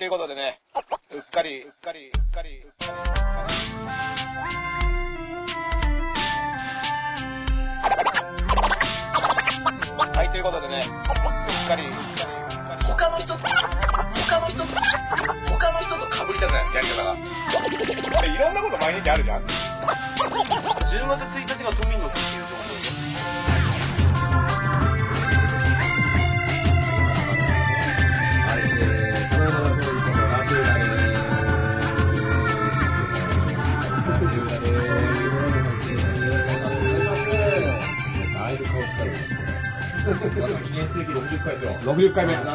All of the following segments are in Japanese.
ということでね、うっかり。はい、ということでね、うっかり。他の人と被りたくない、やり方が。いろんなこと毎日あるじゃん。10月1日が都民の日っていう情報です。記念すべき60回ですよ。 60回目。やった。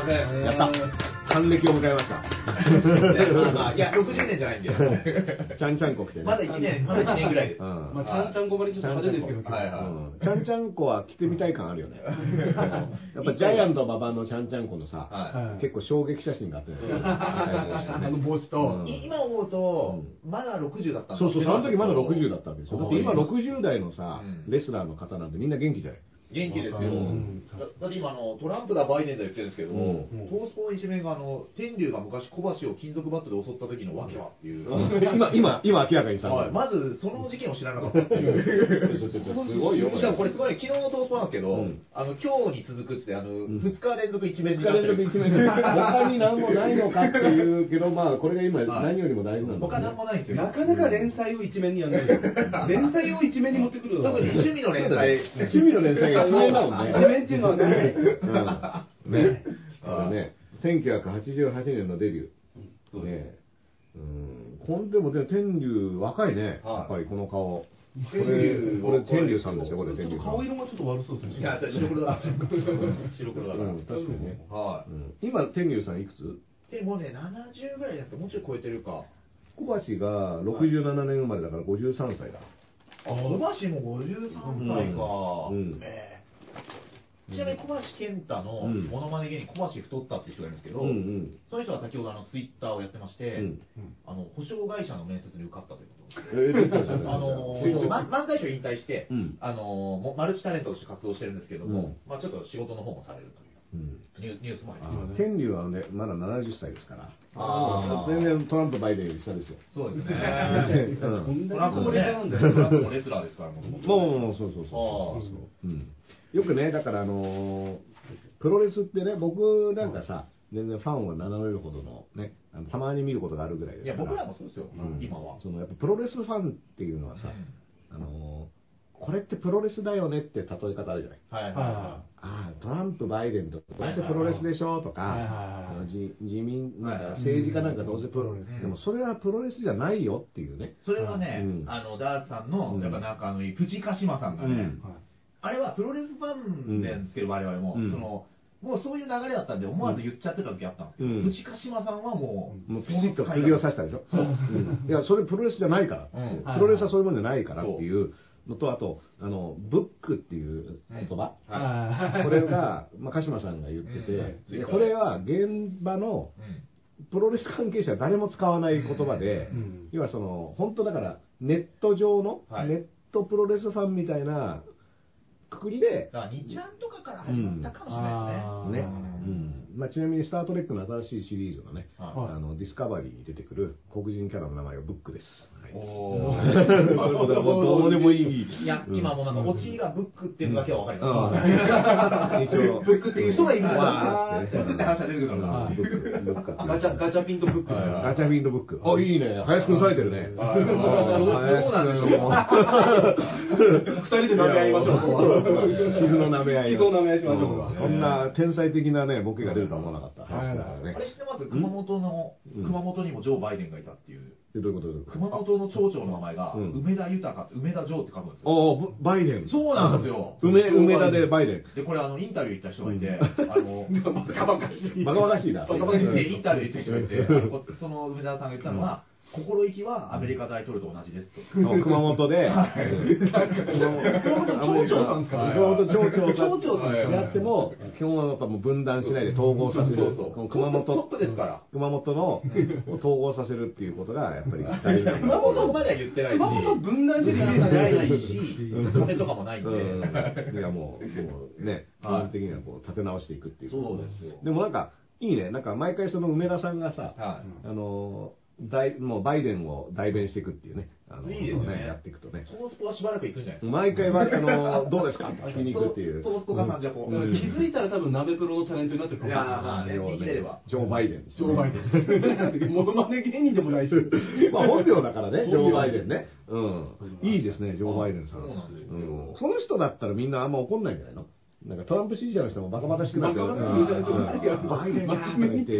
還暦を迎えました。 いや、60年じゃないんで。 ちゃんちゃんこ来てね。 まだ1年ぐらいです。 ちゃんちゃんこばりちょっと派手ですけど。 ちゃんちゃんこは着てみたい感あるよね。やっぱジャイアント馬場のちゃんちゃんこのさ、結構衝撃写真があってね。 帽子と。 今思うと、まだ60だったんだ。 そう、その時まだ60だったんですよ。だって今60代のさ、レスラーの方なんてみんな元気じゃない。 元気ですよ。だって今トランプだバイデンだ言ってるんですけど、トースポの一面が天竜が昔小橋を金属バットで襲った時のわけはっていう。 今明らかにさ。 まずその事件を知らなかったっていう。すごいよ。しかもこれすごい昨日のトースポなんですけど、今日に続くって2日連続一面になってる。 他に何もないのかっていうけど、まあこれが今何よりも大事なんだ。 他何もないんですよ。 なかなか連載を一面にやんないですよ。連載を一面に持ってくるの。 特に趣味の連載。 趣味の連載が一面だもんね。 一面っていうのはね。 ね。1988年のデビュー。ね。ほんでも天竜若いね。やっぱりこの顔。これ天竜さんですよ、これ天竜さん。 顔色がちょっと悪そうですね。 いや、白黒だ。白黒だから。 確かにね。 今天竜さんいくつ？ もうね、70ぐらいですか、もうちょい超えてるか。 小橋が67年生まれだから53歳だ。 小橋も53歳か。ちなみに小橋健太のモノマネ芸人、小橋太ったって人がいるんですけど、その人は先ほどツイッターをやってまして、保証会社の面接に受かったということ漫才師を引退して、マルチタレントとして活動してるんですけども、ちょっと仕事の方もされるという。ニュースも入ってます。 天竜はね、まだ70歳ですから。全然トランプ、バイデンより下ですよ。 そうですね。トランプもレスラーですから、もう。 そう。よくね、だからプロレスってね、僕なんかさ、全然ファンを名乗れるほどのね、たまに見ることがあるぐらいですから。 いや、僕らもそうですよ、今は。 やっぱプロレスファンっていうのはさ、これってプロレスだよねって例え方あるじゃない。トランプ、バイデンとどうせプロレスでしょとか、自民、政治家なんかどうせプロレス。でもそれはプロレスじゃないよっていうね。 それはね、ダーツさんの、やっぱ仲のいい藤鹿島さんがね、あれはプロレスファンなんですけど、我々も、もうそういう流れだったんで、思わず言っちゃってた時あったんですけど、藤鹿島さんはもう、 ピシッと釘を刺したでしょ。いや、それプロレスじゃないから。プロレスはそういうものじゃないからっていうのと、あと、ブックっていう言葉。これが、鹿島さんが言ってて、これは現場のプロレス関係者は誰も使わない言葉で、要は本当だからネット上の、ネットプロレスファンみたいなくくりで、 2ちゃんとかから始まったかもしれないですね。 ちなみにスター・トレックの新しいシリーズのね、ディスカバリーに出てくる黒人キャラの名前がブックです。どうでもいい。 いや、今もなんかオチがブックっていうのだけはわかります。ブックっていう人がいるわーって話が出てくるから。 ガチャピンとブック。 ガチャピンとブック。あ、いいね。林くん冴えてるね。 そうなんでしょう。 二人で舐め合いましょう。 傷の舐め合い。 傷を舐め合いしましょう。 こんな天才的なね、ボケが出るとは思わなかった。 あれ知ってます？熊本にもジョー・バイデンがいたっていう。 どういうこと？ 熊本の町長の名前が梅田豊、梅田城って書くんですよ。バイデン。 そうなんですよ。 梅田でバイデン。 で、これインタビュー行った人がいて、 バカバカしい。バカバカしいな。 バカバカしいでインタビュー行った人がいて、その梅田さんが言ったのは、心意気はアメリカ大統領と同じですと。 熊本で、 熊本町長さんですから。 熊本町長さんやっても、基本はやっぱもう分断しないで統合させる。熊本の統合させるっていうことがやっぱり大事な熊本までは言ってないし。 熊本分断してる分断ないし、金とかもないんで。 いやもうね、基本的にはこう立て直していくっていう。 そうですよ。 でもなんか、 いいね。なんか毎回その梅田さんがさ、もうバイデンを代弁していくっていうね。 いいですね。 やっていくとね。 トースポはしばらく行くんじゃないですか。 毎回どうですかって聞きに行くっていう。 トースポかなんじゃこう。 気づいたら多分鍋プロのタレントになってるかもしれない。 いやまあね、生きてれば。 ジョー・バイデン。 ジョー・バイデン。モノマネ芸人でもないし。 まあ本名だからね、ジョー・バイデンね。いいですね、ジョー・バイデンさん。 そうなんですよ。 その人だったらみんなあんま怒んないんじゃないの？なんかトランプ支持者の人もバカバカしくなって、バイデンが言って、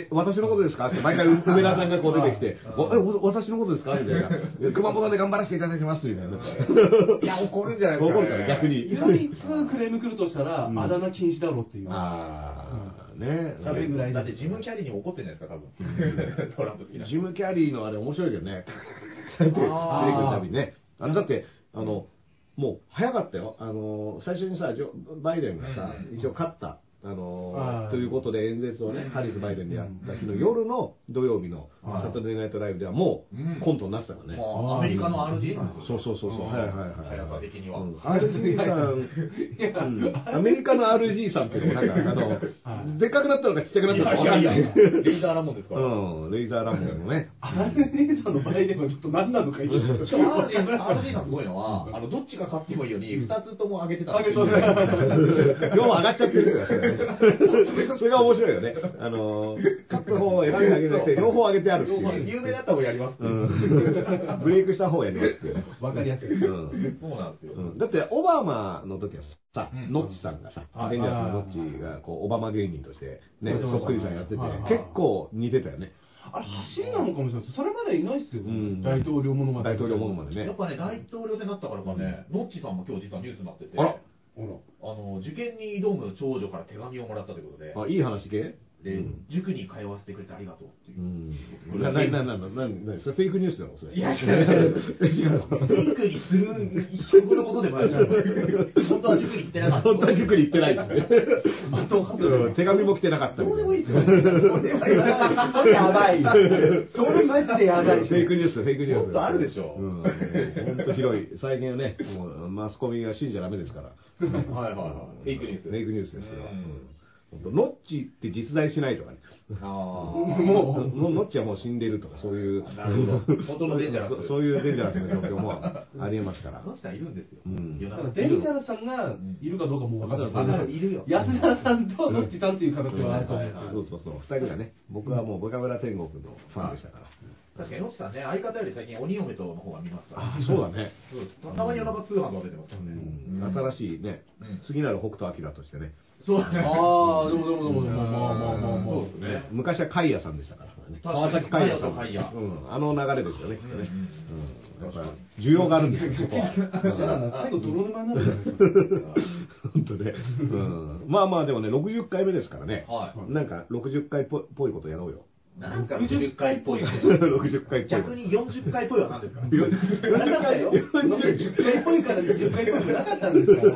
私のことですかって毎回梅田さんがこう出てきて、私のことですかみたいな。熊本で頑張らせていただきますみたいな。 いや、怒るんじゃないですか。 怒るから逆に。 唯一クレーム来るとしたら、あだ名禁止だろうっていう。 ね。 それぐらい。だってジム・キャリーに怒ってるんじゃないですか、多分。トランプ好きな。 ジム・キャリーのあれ面白いけどね。出てくるたびね。だって、もう早かったよ。最初にさ、バイデンがさ、一応勝った。ということで演説をね、ハリス・バイデンでやった日の夜の土曜日のサタデーナイトライブではもうコントになってたからね。 アメリカの RG なんですよ。 そう。はい。 速さ的には。 RG さん、アメリカの RG さんっていうのもなんか、でっかくなったのかちっちゃくなったのか分かんない。 レイザーラモンですから。 レイザーラモンのね。 RG さんのバイデンはちょっと何なのか一緒。 RG さんすごいのは、どっちが勝ってもいいように、2つとも上げてた。 上げそうね。 両方上がっちゃってるから。それが面白いよね。片方を選んであげなくて、両方上げてあるっていう。 有名だった方やります。 ブレイクした方やりますっていう。 わかりやすい。 そうなんですよ。 だって、オバマの時はさ、ノッチさんがさ、レンジャーズのノッチが、オバマ芸人として、ね、そっくりさんやってて、結構似てたよね。 あれ、走りなのかもしれない。それまでいないっすよ。大統領ものまで。 大統領ものまでね。 やっぱね、大統領選になったからかね、ノッチさんも今日実はニュースになってて。受験に挑む長女から手紙をもらったということで。 いい話系で、塾に通わせてくれてありがとうっていう。 それフェイクニュースだろ、それ。 いや、違う。フェイクにするほどのことでもないじゃん。本当は塾に行ってなかった。 本当は塾に行ってないですね。手紙も来てなかった。 どうでもいいですよ。それやばい。それマジでやばい。 フェイクニュース。 もっとあるでしょ。 本当広い。最近はね、マスコミが信じちゃダメですから。 フェイクニュース。 フェイクニュースですよ。ノッチって実在しないとかね。 もう、ノッチはもう死んでるとか、そういう。 なるほど。本当のデンジャラス。 そういうデンジャラスな状況もありえますから。 ノッチさんいるんですよ。 デンジャラスさんがいるかどうかも分かんない。 いるよ。 安田さんとノッチさんっていう形はあると思う。 そう。二人がね、僕はもうボキャブラ天国のファンでしたから。 確かにノッチさんね、相方より最近鬼嫁との方が見ますから。 そうだね。 たまに夜中通販が出てますからね。 新しいね、次なる北斗晶としてね。 そうだね。 でも。 そうですね。 昔はカイヤさんでしたからね。川崎カイヤさん。あの流れですよね、きっとね。やっぱ需要があるんですよ、そこは。 最後泥沼になるじゃないですか。 本当ね。まあでもね、60回目ですからね。なんか60回っぽいことやろうよ。 なんか60回っぽい。 60回っぽい。 逆に40回っぽいは何ですか 40回っぽいから20回っぽいなかったんですから。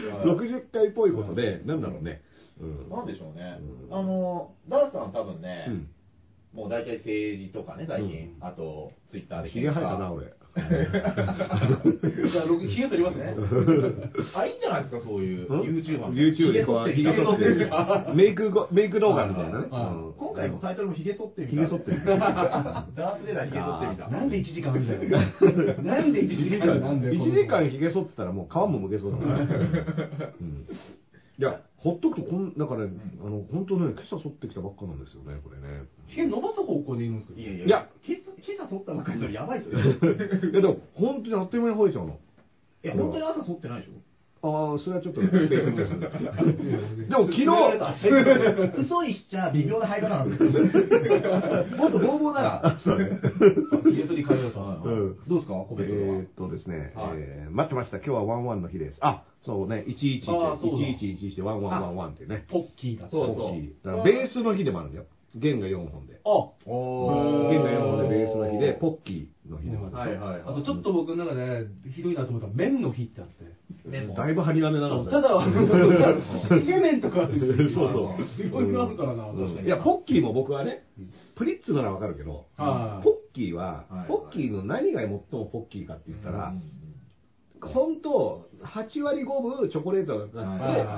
60回っぽいことで、なんだろうね。 なんでしょうね。ダースさん多分ね、もう大体政治とかね、最近、あと、ツイッターで。 ひげ生えたな、俺。 じゃあ、ひげ取りますね。 いいんじゃないですか、そういう、YouTuber。 YouTube でこう、ひげ剃ってる。メイク動画みたいなね。 今回のタイトルもひげ剃ってみた。 ひげ剃ってみた。 ダースデーダーひげ剃ってみた。 なんで1時間みたいな。なんで1時間なんで。 1時間ひげ剃ってたらもう皮もむけそうだから。いや、ほっとくとなんかね、本当ね、今朝剃ってきたばっかなんですよね、これね。 ひげ伸ばす方向でいいんですか？ いや、今朝剃ったばっかりでやばいですよ。 いや、でも、本当にあっという間に生えちゃうの。 いや、本当に朝剃ってないでしょ？ それはちょっと、でも昨日、 嘘にしちゃ微妙な生え方なんですよ。もっとボーボーなら。ひげ剃り変えようと。どうですか、コメントは。 ですね、待ってました。今日はワンワンの日です。そうね、1111してワンワンワンワンってね。 ポッキーだ。 そう。 ベースの日でもあるんだよ。弦が4本で。弦が4本でベースの日で、ポッキーの日でもある。 あとちょっと僕の中でひどいなと思ったら麺の日ってあって。 だいぶ針金なの。 ただ、ひげ麺とかあるし。 そう。 いろいろあるからな。 いや、ポッキーも僕はね、プリッツならわかるけど、ポッキーの何が最もポッキーかって言ったら、本当8割5分チョコレートがかかって、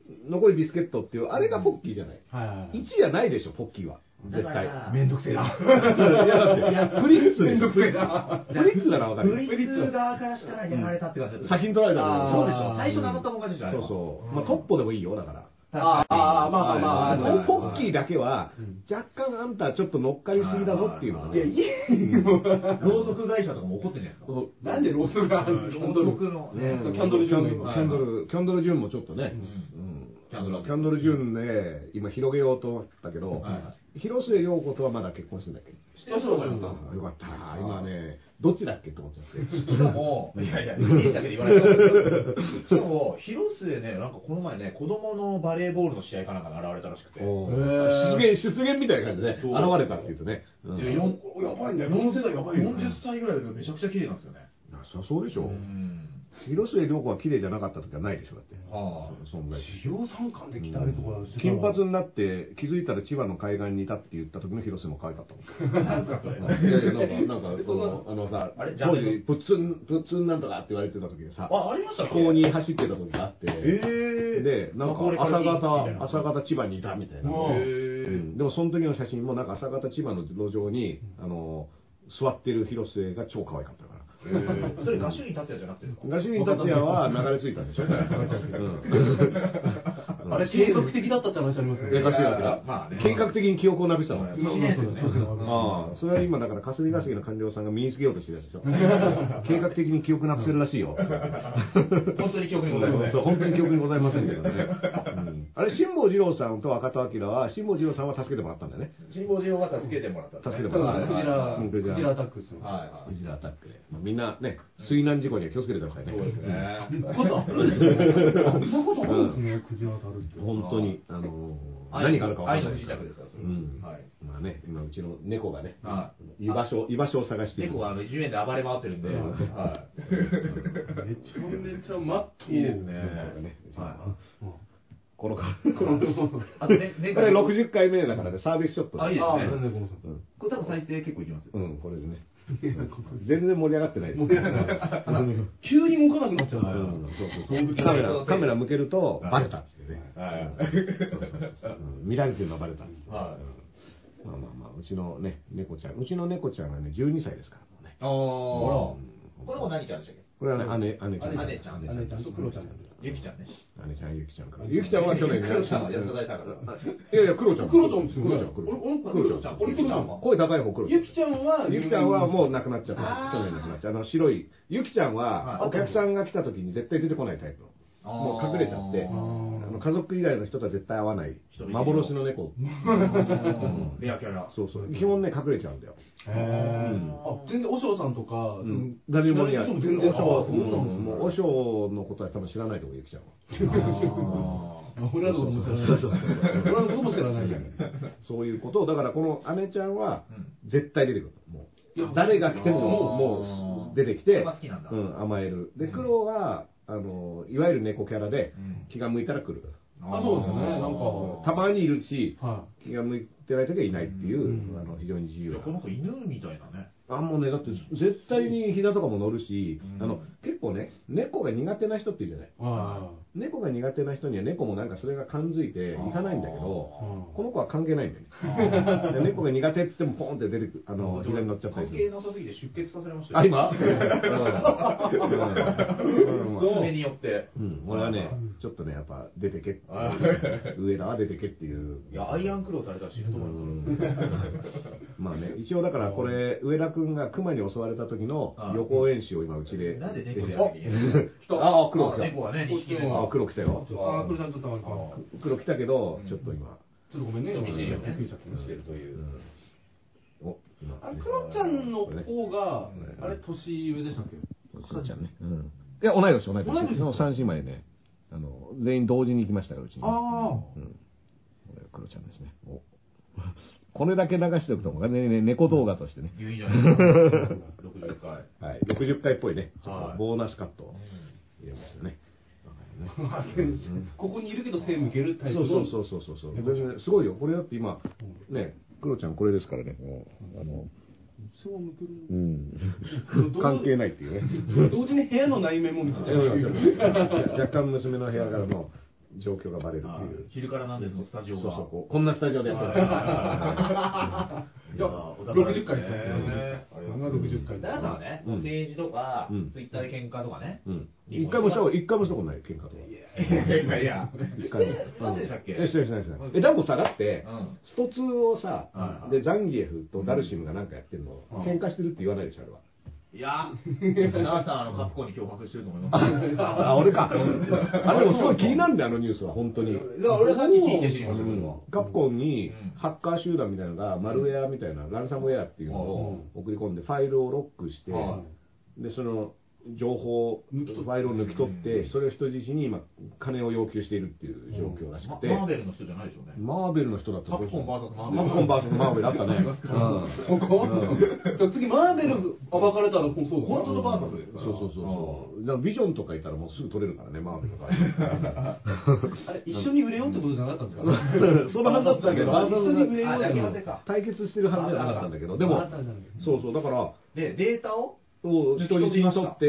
残りビスケットっていう、あれがポッキーじゃない。1じゃないでしょ、ポッキーは。絶対。 めんどくせえな。 いや、プリッツめんどくせえな。プリッツならわかる。 プリッツ側からしたらやられたって感じ。 先に取られたそうでしょ。最初なかったもん勝ちじゃん。 そうそう。まあトッポでもいいよ、だから。 まあ。 ポッキーだけは、若干あんたちょっと乗っかりすぎだぞっていうのがね。 ろうそく会社とかも怒ってんじゃないですか。 なんでろうそくがあるの？ ろうそくのキャンドルジュン。 キャンドルジュンもちょっとね。キャンドルジュンね、今広げようと思ったけど、広末涼子とはまだ結婚してんだっけ？ してますよ。 よかった。今ね、どっちだっけって思っちゃって。 しかも、いやいや、イメージだけで言われた。しかも、広末ね、なんかこの前ね、子供のバレーボールの試合かなんかに現れたらしくて。 出現みたいな感じでね、現れたっていうとね。 やばいね、この世代やばいよ。 40歳ぐらいでめちゃくちゃ綺麗なんですよね。 そうでしょ。広末涼子は綺麗じゃなかった時はないでしょ、だって。 そんな資料参観で来たりとか金髪になって気づいたら千葉の海岸にいたって言った時の広瀬も可愛かったもん。 なんすかそれ。 なんかさ、当時プッツンなんとかって言われてた時でさ、 ありましたっけ？ 飛行に走ってた時があって、で、なんか朝方千葉にいたみたいな。でもその時の写真もなんか朝方千葉の路上に、座ってる広末が超可愛かったから。 それ、ガシュイン達也じゃなくてですか？ ガシュイン達也は流れ着いたんでしょ。 あれ、計画的だったって話ありますよね。 ガシュイン達也。計画的に記憶をなくしたの。それは今だから霞が関の官僚さんが身につけようとしてるやつでしょ。計画的に記憶なくせるらしいよ。 本当に記憶にございません。 そう、本当に記憶にございませんけどね。あれ、辛坊治郎さんと赤戸明は、辛坊治郎さんは助けてもらったんだよね。 辛坊治郎が助けてもらった。 助けてもらった。 クジラアタックですよ。 クジラアタックで。みんなね、水難事故には気をつけてくださいね。 そうですね。 そんなことあるんですね、クジラ当たるって。 本当に、何があるか分からない。 愛の不時着ですから、それ。 まあね、今うちの猫がね、居場所を探している。 猫が地面で暴れ回ってるんで、めちゃめちゃマットいいですね。 このあとね、 これ60回目だからね、サービスショット。 いいですね。これ多分再生結構いきますよ。 これでね。全然盛り上がってないです。 急に動かなくなっちゃう。 カメラ向けるとバレたってね。見られてるのはバレたんです。まあ、うちのね、猫ちゃんがね、12歳ですからね。 これも何ちゃんでしたっけ？ これはね、姉ちゃん。 姉ちゃんとクロちゃん。ゆきちゃんね。 姉ちゃん、ゆきちゃん。ゆきちゃんは去年クロちゃんは安田大太郎。 いや、クロちゃん。 クロちゃんですよ。 クロちゃん。声高い方、クロちゃん。 ゆきちゃんはもう亡くなっちゃった。去年亡くなっちゃった。白い。ゆきちゃんは、お客さんが来た時に絶対出てこないタイプの。もう隠れちゃって、家族以外の人とは絶対会わない。幻の猫。 レアキャラ。 そうそう。基本ね、隠れちゃうんだよ。 全然、和尚さんとか、 誰もいない。 全然、 和尚のことは多分知らないと思う、ゆきちゃんは。 俺らのことも知らない。俺らのことも知らない。 そういうことを、だからこの姉ちゃんは絶対出てくる。もう誰が来てももう出てきて甘える。で、黒はいわゆる猫キャラで気が向いたら来る。 そうですね。なんかたまにいるし、気が向いてない時はいないっていう、非常に自由な。 この子犬みたいなね。 もうね、だって絶対に膝とかも乗るし、結構ね、猫が苦手な人っているじゃない。猫が苦手な人には猫もなんかそれが感づいていかないんだけど、この子は関係ないんだよね。猫が苦手って言ってもポンって出てくる、膝に乗っちゃったりする。 関係なさすぎて出血させましたよ。 今娘によって。 俺はね、ちょっとね、やっぱ出てけ。上田は出てけっていう。 いや、アイアンクローされたら死ぬと思います。 まあね、一応だからこれ、上田君が熊に襲われた時の予行演習を今うちで。 なんで猫でやっていけない黒来た。 猫はね、2匹目。 黒来たよ。 黒ちゃんちょっと黒来たけど、ちょっと今。 ちょっとごめんね、 見せるよね。してるという。 黒ちゃんの方が、あれ、年上でしたっけ？ 黒ちゃんね。いや、同い年。3姉妹ね。全員同時に行きましたから、うちに。黒ちゃんですね。これだけ流しておくと、猫動画としてね。 いいじゃないですか。60回。 はい、60回っぽいね。ボーナスカットを入れましたね。 ここにいるけど背向けるタイプ。 そう。すごいよ。これだって今、ね、クロちゃんこれですからね。 背を向ける。 関係ないっていうね。 同時に部屋の内面も見せちゃう。 若干娘の部屋からの状況がバレるっていう。 昼からなんですのスタジオが。 そう、こんなスタジオでやってる。いや、60回ですね。60回。 だからね、政治とか、ツイッターで喧嘩とかね。 一回もしたことない、喧嘩とか。 いや、一回も。なんでしたっけ？ してない。でもさ、だって、スト2をさ、で、ザンギエフとダルシムがなんかやってるの、喧嘩してるって言わないでしょ、あれは。 いや、長さん、カプコンに脅迫してると思います。 俺か。あれでもすごい気になるんだよ、あのニュースは、本当に。だから俺はさっき聞いて知りましたけど。 カプコンにハッカー集団みたいなのが、マルウェアみたいな、ランサムウェアっていうのを送り込んで、ファイルをロックして、で、その、情報、ファイルを抜き取って、それを人質に今、金を要求しているっていう状況らしくて。 マーベルの人じゃないでしょうね。 マーベルの人だったら。 カプコン VS マーベル。カプコン VS マーベルあったね。 そこじゃあ次、マーベル暴かれたら、そうだ。 本当のバーサスですから。 そう。ビジョンとかいたらもうすぐ取れるからね、マーベルとか。 あれ、一緒に売れようってことじゃなかったんですか？ そのはずだったけど、 一緒に売れようって対決してるはずじゃなかったんだけど、でも、そう、だから、 で、データを人質にとって、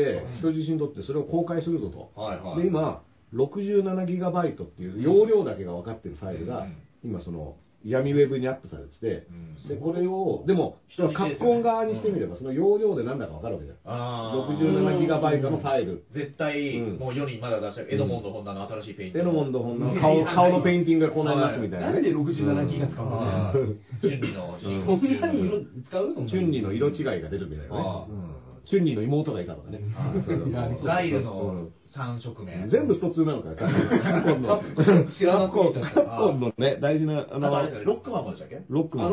それを公開するぞと。で、今、67GB っていう容量だけが分かってるファイルが、今その、闇ウェブにアップされてて、で、これを、でも、カプコン側にしてみれば、その容量で何だか分かるわけじゃん。67GB のファイル。 絶対、もう世にまだ出したエドモンド・ホンダの新しいペインティング。 エドモンド・ホンダの顔のペインティングがこうなりますみたいな。 なんで67ギガ使うんですか？ チュンリの、 そんなに色使う？ チュンリの色違いが出るみたいなね。チュンリーの妹がいたとかね。 ガイルの3色目。 全部スト2なのか、カ知らなくて。 カプコンのね、大事な、 ロックマンもでしたっけ？ ロックマ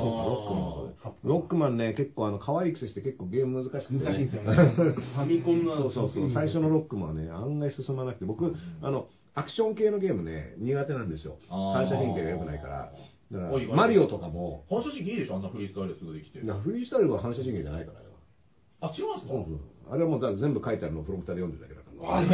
ンね、結構可愛いくせして結構ゲーム難しくて。 難しいんですよね。ファミコンの。 そう。最初のロックマンはね、案外進まなくて、僕、アクション系のゲームね、苦手なんですよ。反射神経が良くないから。だからマリオとかも。 反射神経いいでしょ、あんなフリースタイルすぐできて。 いや、フリースタイルは反射神経じゃないからよ。 あ、違うんですか？ そう。あれはもう全部書いてあるのをプロンプターで読んでるだけだから。 い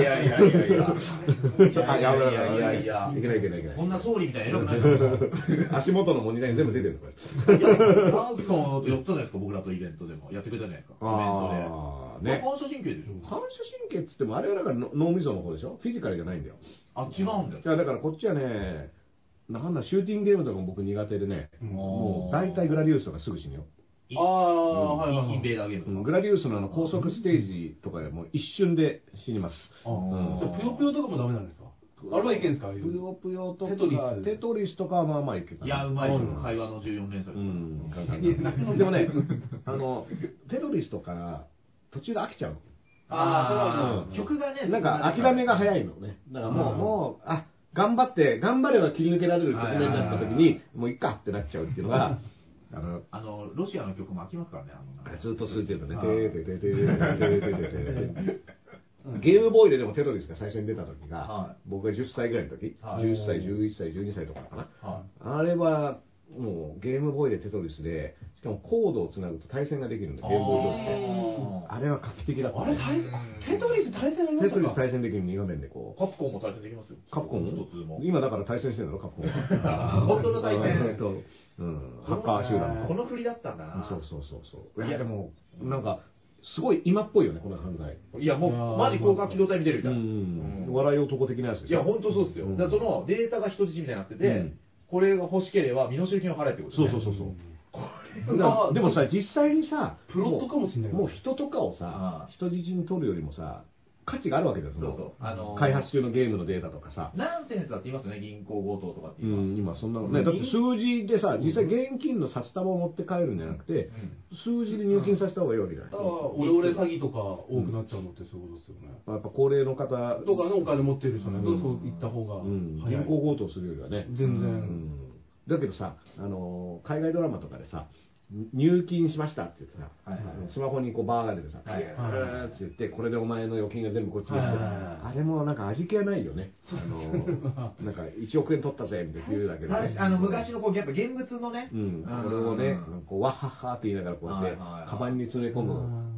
や。いけない。こんな総理みたいな偉くないから。 足元のモニターに全部出てるの、これ。 いや、ダークさんはやったじゃないですか、僕らとイベントでも。やってくれたじゃないですか、コメントで。ね。反射神経でしょ？ 反射神経っつっても、あれはだから脳みその方でしょ？フィジカルじゃないんだよ。 あ、違うんですか？ いや、だからこっちはね、なんだ、シューティングゲームとかも僕苦手でね、もう大体グラディウスとかすぐ死ぬよ。 インベーダーゲーム。 グラディウスの高速ステージとかでも一瞬で死にます。 ぷよぷよとかもダメなんですか？あれはいけんですか？ ぷよぷよとか、テトリスとかはまあいけた。 いや、うまいですよ。会話の14連載。でもね、テトリスとか、途中で飽きちゃうの。曲がね、 なんか諦めが早いのね。だからもう、頑張れば切り抜けられる局面になった時に、もういっかってなっちゃうっていうのが、 ロシアの曲も飽きますからね、 ずっと続いてるとね、ゲームボーイででもテトリスが最初に出た時が、僕が10歳ぐらいの時、10歳、11歳、12歳とかかな。あれは、もうゲームボーイでテトリスで、しかもコードをつなぐと対戦ができるんだ、ゲームボーイ同士で。あれは画期的だった。 あれ、テトリス対戦できますか？ テトリス対戦できる2画面でこう。 カプコンも対戦できますよ。 カプコン今だから対戦してるんだろ、カプコンは。 本当の対戦。 ハッカー集団。 この振りだったんだな。 そう。いや、でも、なんか、すごい今っぽいよね、この犯罪。 いや、もう、マジ広角機動隊見てるみたいな。 笑い男的なやつでしょ。 いや、本当そうですよ。だからそのデータが人質みたいになってて、これが欲しければ身代金を払えってことですね。 そう。でもさ、実際にさ、 プロットかもしれない。 もう人とかをさ、人質に取るよりもさ、価値があるわけですよ。開発中のゲームのデータとかさ。 ナンセンスだって言いますよね、銀行強盗とかって今そんなのね。だって数字でさ、実際現金の札束を持って帰るんじゃなくて、数字で入金させた方がいいわけじゃない。 オレオレ詐欺とか多くなっちゃうのってそういうことですよね。 やっぱ高齢の方とかのお金持ってる人ね、そういった方が。 銀行強盗するよりはね。 全然。 だけどさ、海外ドラマとかでさ、入金しましたって言ってさ、スマホにこうバーが出てさ、ピューって言って、これでお前の預金が全部こっちに来て、あれもなんか味気はないよね。なんか1億円取ったぜって言うだけで。 昔のこう、やっぱ現物のね、 これをね、こうわっはっはって言いながらこうやって、カバンに詰め込む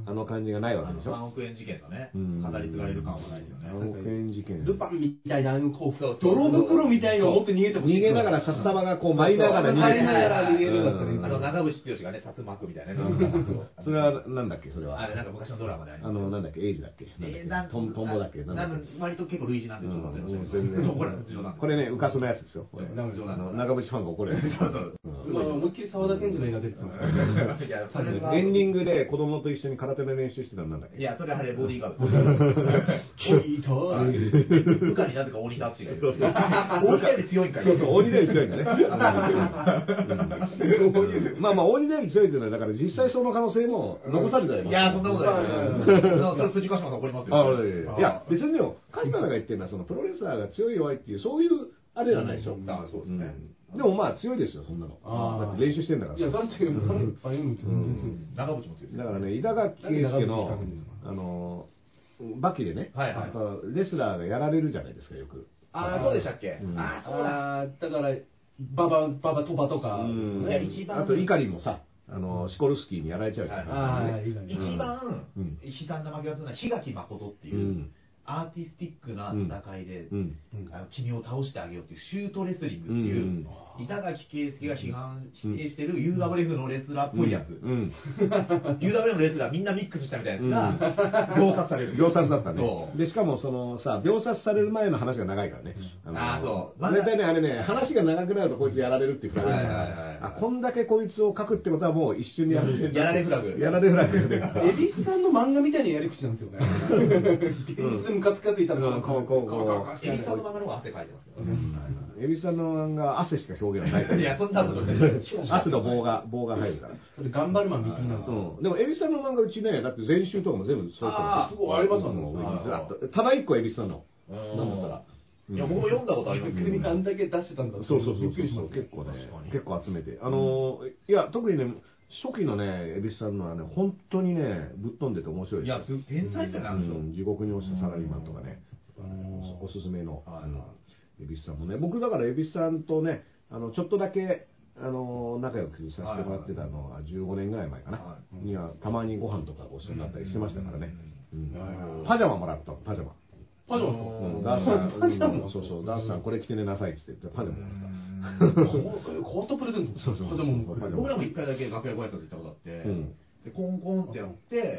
あの感じがないわけでしょ。 3億円事件のね、語り継がれる感はないですよね。 3億円事件。 ルパンみたいな、こう、泥袋みたいなのを持って逃げてほしい。 逃げながら札束がこう舞いながら逃げるだったら、 長渕剛がね、札巻くみたいな。 それはなんだっけ、それは。 あれ、なんか昔のドラマであります。 なんだっけ、エイジだっけ。トンボだっけ。 割と結構類似なんで、ちょっと待ってください。 これね、うかつのやつですよ。長渕ファンが怒るやつ。 思いっきり沢田研二の映画出てます。 エンディングで子供と一緒に空手の練習してたんだっけ。 いや、それはあれ、ボディーガード。部下になぜか鬼ダッシュがいる。鬼だより強いんかい。 そうそう、鬼だより強いんだね。まあまあ、鬼だより強いっていうのは、だから実際その可能性も残されたよ。 いや、そんなことない。それ、藤川島さん怒りますよ。 いや、別によ、鹿島さんが言ってるのは、そのプロレスラーが強い弱いっていう、そういうあれじゃないでしょ。 そうですね。 でもまあ強いですよ、そんなの。だって練習してんだから。 いや、それ強い。長渕も強い。だからね、稲垣圭介の、バキでね、レスラーがやられるじゃないですか、よく。 ああ、そうでしたっけ。ああ、そうだ。 だから、ババトバとか。 あと、イカリもさ、シコルスキーにやられちゃうじゃない。一番、悲惨な負けがするのは、檜垣誠っていう、アーティスティックな戦いで、君を倒してあげようっていうシュートレスリングっていう、板垣圭介が否定してる UWF のレスラーっぽいやつ。UWF のレスラーみんなミックスしたみたいなやつが、秒殺される。 秒殺だったね。で、しかもそのさ、秒殺される前の話が長いからね。 そう。 大体ね、あれね、話が長くなるとこいつやられるっていうくらいだから、こんだけこいつを書くってことはもう一瞬にやられる。 やられフラグ。 やられフラグ。 エビスさんの漫画みたいなやり口なんですよね。ムカつかついたらエビさんの漫画の方が汗かいてますよね。 エビさんの漫画、汗しか表現はない。 いや、そんなことない。 汗の棒が入るから。 それ頑張るマン見すぎなんですよ。 でも、エビさんの漫画うちね、だって全集とかも全部そうやってすごいありますもん。ただ一個エビさんの。なんだったら。 いや、僕も読んだことありますけど。 あんだけ出してたんだ。 そう。結構ね、結構集めて。いや、特にね、初期のね、蛭子さんのはね、本当にね、ぶっ飛んでて面白いですよ。 いや、天才じゃないですか。 地獄に落ちたサラリーマンとかね、おすすめの蛭子さんもね、僕だから蛭子さんとね、ちょっとだけ、仲良くさせてもらってたのは15年ぐらい前かな。には、たまにご飯とかご一緒になったりしてましたからね。パジャマもらったの、パジャマ。 パジャマですか？ ダースさん、そう、ダースさんこれ着て寝なさいって言って、パジャマもらった。 変わったプレゼント。 僕らも一回だけ楽屋ご挨拶行ったことあって、でコンコンってやって、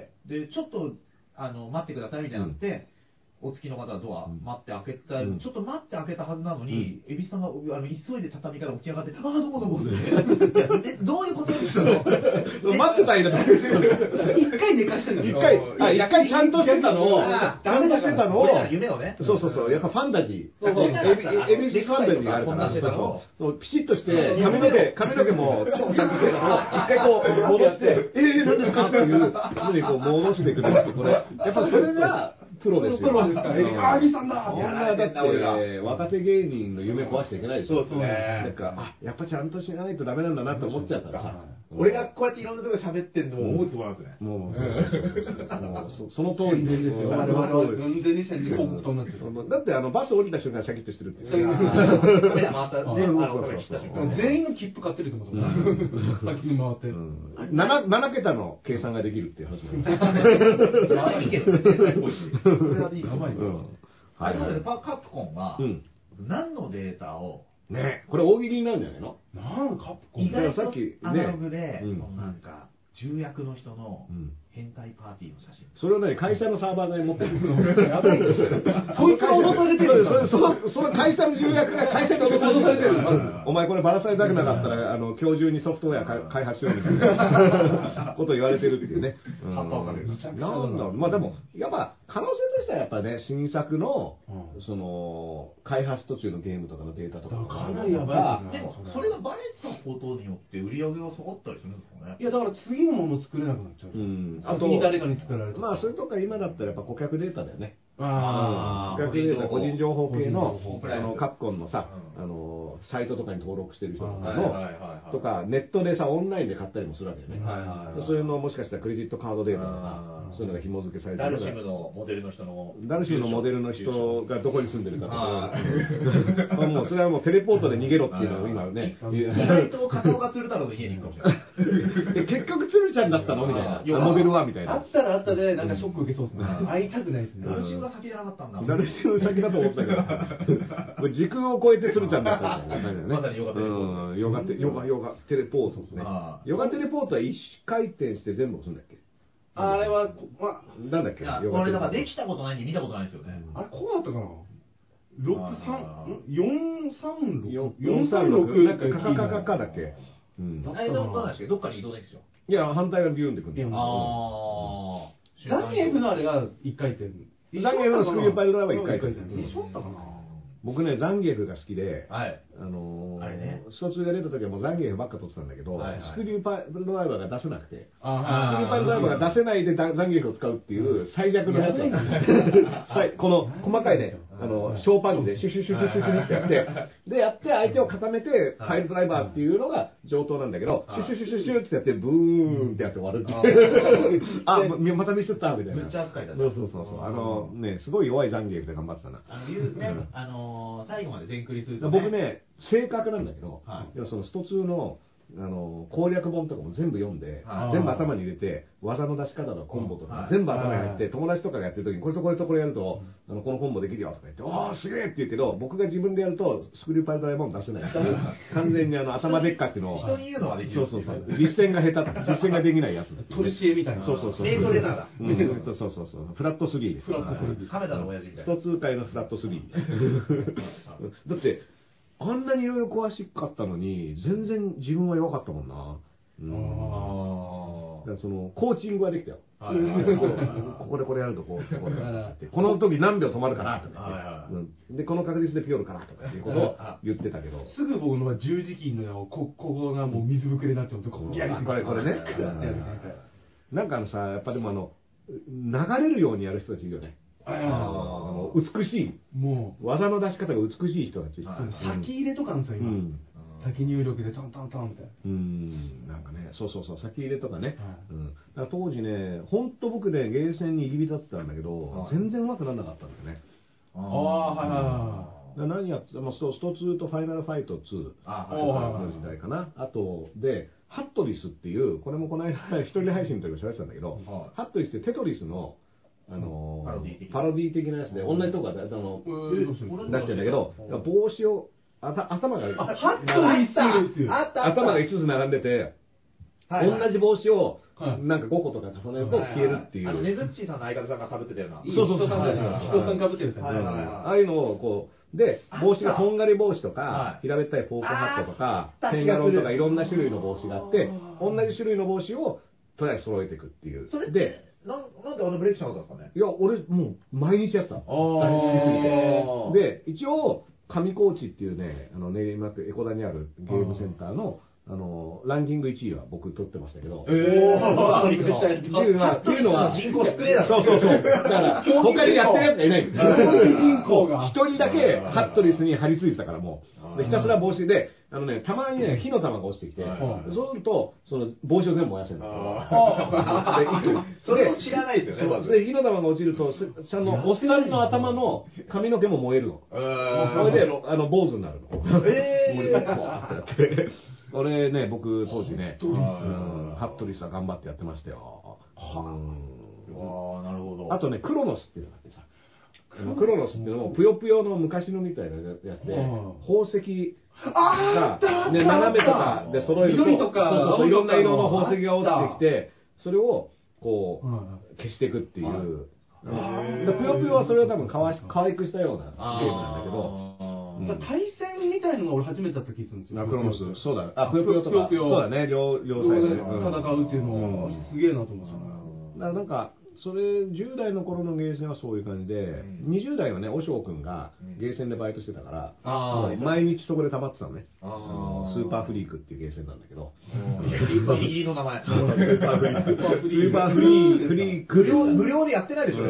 でちょっと待ってくださいみたいになって、お付きの方はドア待って開けた、ちょっと待って開けたはずなのに、蛭子さんが急いで畳から起き上がって、ああどうもどうもって、どういうことでしたの？待ってた間だ。 一回寝かしてるの。 一回ちゃんとしてたのを、 夢をね。 そう、やっぱファンタジー。エビスファンタジーがあるから、ピシッとして、髪の毛もちゃんとしてたのを、一回こう戻して、何ですかっていうふうにこう戻していくのって、これ、やっぱそれが、プロですよ。 プロですか。エビさんだ。 だって若手芸人の夢壊しちゃいけないでしょ。 そうですね。 なんかやっぱちゃんとしないとダメなんだなって思っちゃったらさ。 俺がこうやっていろんなところで喋ってんのも思うつもりなんですね。 もうその通りですよ。 我々は完全に宣伝広告塔になってる。 だってバス降りた瞬間シャキッとしてるって。全員の切符買ってるってことですか。先に回って。 7桁の計算ができるっていう話もあります。いいけどね。それはいい。やばいな。カプコンは何のデータをね、これ大喜利になるんじゃないの？ なんカプコン意外とアナログでなんか重役の人の変態パーティーの写真。 それをね、会社のサーバーで持ってる。 やばい。そいつが脅されてる。 その会社の重役が会社に脅されてる。お前こればらされたくなかったら、今日中にソフトウェア開発しようみたいなことを言われてるっていうね。なんだろう。まあでも、やっぱ可能性としてはやっぱね、新作の、その、開発途中のゲームとかのデータとか。 かなりやばい。でも、それがバレたことによって売り上げが下がったりするんですかね。 いや、だから次のもの作れなくなっちゃう。あと、誰かに作られる。 まあ、それとか今だったらやっぱ顧客データだよね。 顧客データ、個人情報系の、カプコンのさ、サイトとかに登録してる人とかの、とか、ネットでさ、オンラインで買ったりもするわけよね。そういうのもしかしたらクレジットカードデータとか、 そういうのが紐付けされてる。ダルシムのモデルの人がどこに住んでるかとか、もうそれはもうテレポートで逃げろっていうのを今ね。 意外と片岡鶴太郎の家に行くかもしれない。 結局鶴ちゃんだったのみたいな。モデルはみたいな。 あったらあったで、なんかショック受けそうですね。会いたくないですね。 ダルシムが先じゃなかったんだ。 ダルシム先だと思ったけど、時空を超えて鶴ちゃんだったみたいな感じだね。 まさにヨガテレポート。 ヨガテレポートですね。ヨガテレポートは一回転して全部押すんだっけ？ あれは、 なんだっけ？ これだからできたことないんで見たことないですよね。 あれ、こうだったかな 436なんかカカだっけ？ あれどうなんですか？どっかに移動できるんですよ。 いや、反対側にビューンってくる。 ザンギエフのあれが1回転。 ザンギエフのスクリューパイルドライバー1回転。 一緒だったかな？ 僕ね、ザンギエフが好きで、スト2が出た時はもうザンギエフばっか撮ってたんだけど、スクリューパイルドライバーが出せなくて、スクリューパイルドライバーが出せないでザンギエフを使うっていう最弱のやつだったんです。この細かいね、小パンチでシュシュシュシュシュシュってやって、で、やって相手を固めて、パイルドライバーっていうのが上等なんだけど、シュシュシュシュシュってやって、ブーンってやって終わるっていう。あ、またミスったみたいな。 めっちゃ扱いだね。 そう。ね、すごい弱いザンギエフで頑張ってたな。 最後まで全クリすると僕ね、正確なんだけど、そのスト2の攻略本とかも全部読んで、全部頭に入れて、技の出し方とかコンボとか全部頭に入って、友達とかがやってる時にこれとこれとこれやると、このコンボできるよとか言って、おーすげえって言うけど、僕が自分でやるとスクリューパイルドライバーも出せない。完全に頭でっかちの。 人に言うのはできる。 そう。実践が下手、実践ができないやつ。 取り知恵みたいな。 そう。 メイトレーナーだ。 そう。フラット3です。 フラット3。 亀田の親父みたいな。 スト2界のフラット3。だって、あんなにいろいろ詳しかったのに、全然自分は弱かったもんな。だからその、コーチングはできたよ。ここでこれやるとこう、この時何秒止まるかなとか言って、で、この確率でピヨるかなとかっていうことを言ってたけど。 すぐ僕の十字キーのここがもう水ぶくれになっちゃうと、これね。 なんかさ、やっぱでも流れるようにやる人たちいるよね。美しい。もう。技の出し方が美しい人たち。 先入れとかなんですよ、今。先入力でトントントンって。 なんかね、そう、先入れとかね。当時ね、ほんと僕ね、ゲーセンに入り浸ってたんだけど、全然上手くならなかったんだよね。何やってた、スト2とファイナルファイト2の時代かな。あと、で、ハットリスっていう、これもこの間、一人配信の時も喋ってたんだけど、ハットリスってテトリスの、パロディ的なやつで、同じとこが出してるんだけど、帽子を、頭が5つ並んでて、同じ帽子を、なんか5個とか重ねると消えるっていう。 ねずっちーさんの相方さんが被ってたような。 そう。人さん被ってるやつ。 ああいうのをこう、で、帽子がとんがり帽子とか、平べったいフォークハットとか、テンガロンとかいろんな種類の帽子があって、同じ種類の帽子をとりあえず揃えていくっていう。 それで、なんでブレイクしなかったんですかね？ いや、俺もう毎日やってた。大好きで。で、一応、上高地っていうね、練馬ってエコダにあるゲームセンターの、ランキング1位は僕取ってましたけど。っていうのは、 人口少ねえだろ。そう。だから、他にやってるやつがいない。人口が。一人だけハットリスに張り付いてたからもう。ひたすら帽子で、たまにね、火の玉が落ちてきて、そうすると、その帽子を全部燃やせるんだそれを知らないですよね。 で、火の玉が落ちると、おっさんの頭の髪の毛も燃えるの。それで、坊主になるの。俺ね、僕当時ね、ハットリスは頑張ってやってましたよ。 なるほど。 あとね、クロノスっていうのがあってさ、クロノスっていうのも、ぷよぷよの昔のみたいなやつで、宝石が、ね、斜めとかで揃えると、 緑とか、 いろんな色の宝石が落ちてきて、それを、こう、消していくっていう。ぷよぷよはそれを多分可愛くしたようなゲームなんだけど、 対戦みたいのが俺初めてだった気がするんですよ。 クロノス、そうだ。ぷよぷよとか、そうだね、両サイドで戦うっていうのは、すげえなと思ってた。 なんか、それ、10代の頃のゲーセンはそういう感じで、20代はね、和尚くんがゲーセンでバイトしてたから、毎日そこで溜まってたのね。スーパーフリークっていうゲーセンなんだけど。 ギリギリの名前。 スーパーフリーク。 無料でやってないでしょ？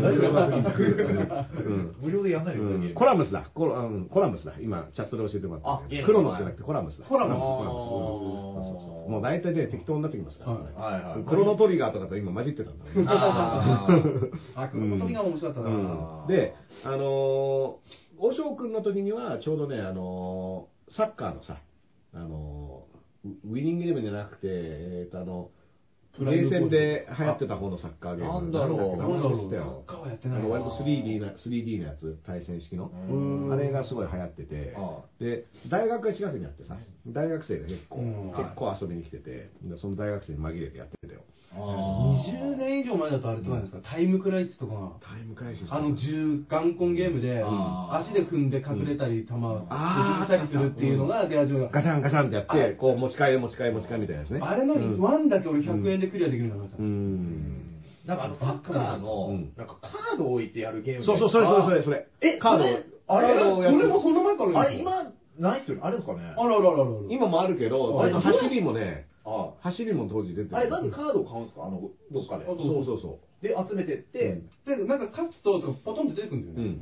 無料でやんないよ。 コラムスだ。コラムスだ。今、チャットで教えてもらった。クロノスじゃなくてコラムスだ。 コラムス。 もう大体ね、適当になってきますからね。クロノトリガーとかと今混じってたんだね。 クロノトリガーも面白かったな。 で、おしょうくんの時には、ちょうどね、サッカーのさ、ウィニングゲームじゃなくて、ゲーセンで流行ってた方のサッカーゲーム。 なんだろう。 サッカーはやってないな。 割と 3D のやつ、対戦式の。あれがすごい流行ってて、で、大学が近くにあってさ、大学生が結構遊びに来てて、その大学生に紛れてやってたよ。 20年以上前だとあれとかですか、タイムクライシスとか。 タイムクライシス。 眼根ゲームで、足で踏んで隠れたり、弾を引いたりするっていうのが出始めが。 ガチャンガチャンってやって、こう持ち替えみたいなやつね。 あれの1だけ俺100円でクリアできるようになりました。 なんかサッカーの、なんかカードを置いてやるゲーム。 そう、それ。カード。 あれそれもそんな前からあれ今、ないっすよね。あれですかね。 今もあるけど、走りもね、走りも当時出てる。 あれ、まずカードを買うんですかどっかで。 そう。 で、集めてって、 で、なんか勝つと、ポトンって出てくるんですよね。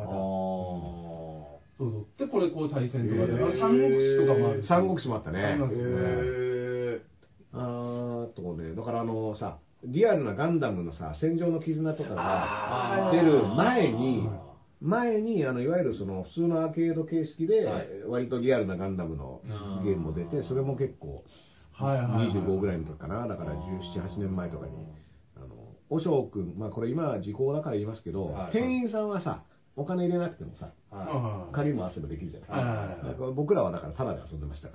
そうで、これこう対戦とかで、三国志とかもある。 三国志もあったね。ね、だからさ、リアルなガンダムのさ、戦場の絆とかが出る前にいわゆるその普通のアーケード形式で、割とリアルなガンダムのゲームも出て、それも結構、25ぐらいの時かな、だから17、8年前とかに、おしょうくん、まあこれ今時効だから言いますけど、店員さんはさ、お金入れなくてもさ、鍵も遊べばできるじゃない。僕らはだからタダで遊んでましたから。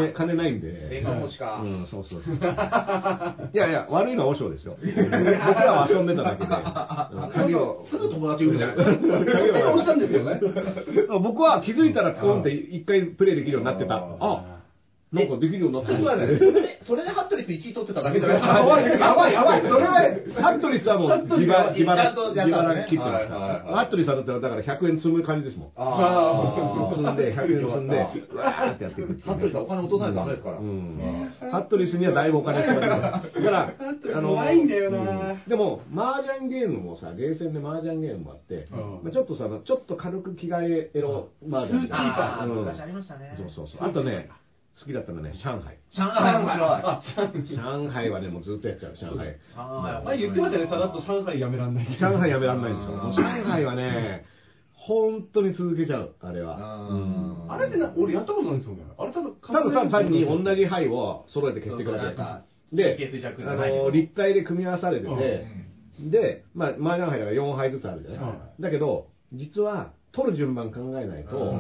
金ないんで。 年間持ちか。 そう。いや、悪いのはおしょうですよ。僕らは遊んでただけで。 鍵を、すぐ友達売るじゃん。鍵を押したんですよね。 僕は気づいたらポンって一回プレイできるようになってた。なんかできるようになってる。 それでハットリス1位取ってただけじゃないですか。やばい。それは、 ハットリスはもう自腹切ってますから。ハットリスはだったら100円積む感じですもん。積んで、100円積んで、わーってやっていく。 ハットリスはお金落とさないとダメですから。 ハットリスにはだいぶお金使われます。だから、 怖いんだよな。 でも、麻雀ゲームもさ、ゲーセンで麻雀ゲームもあって、ちょっと軽く着替えエロ麻雀。 昔ありましたね。 そう。あとね、好きだったのはね、上海。 上海はね、もうずっとやっちゃう、上海。 前言ってましたね、さらっと上海やめらんない。 上海やめらんないんですよ。上海はね、本当に続けちゃう、あれは。 あれって俺やったことないんですよね。あれ多分単に同じ牌を揃えて消してください。で、立体で組み合わされてて、で、まあ、麻雀牌だから4牌ずつあるじゃない。だけど、実は、取る順番考えないと、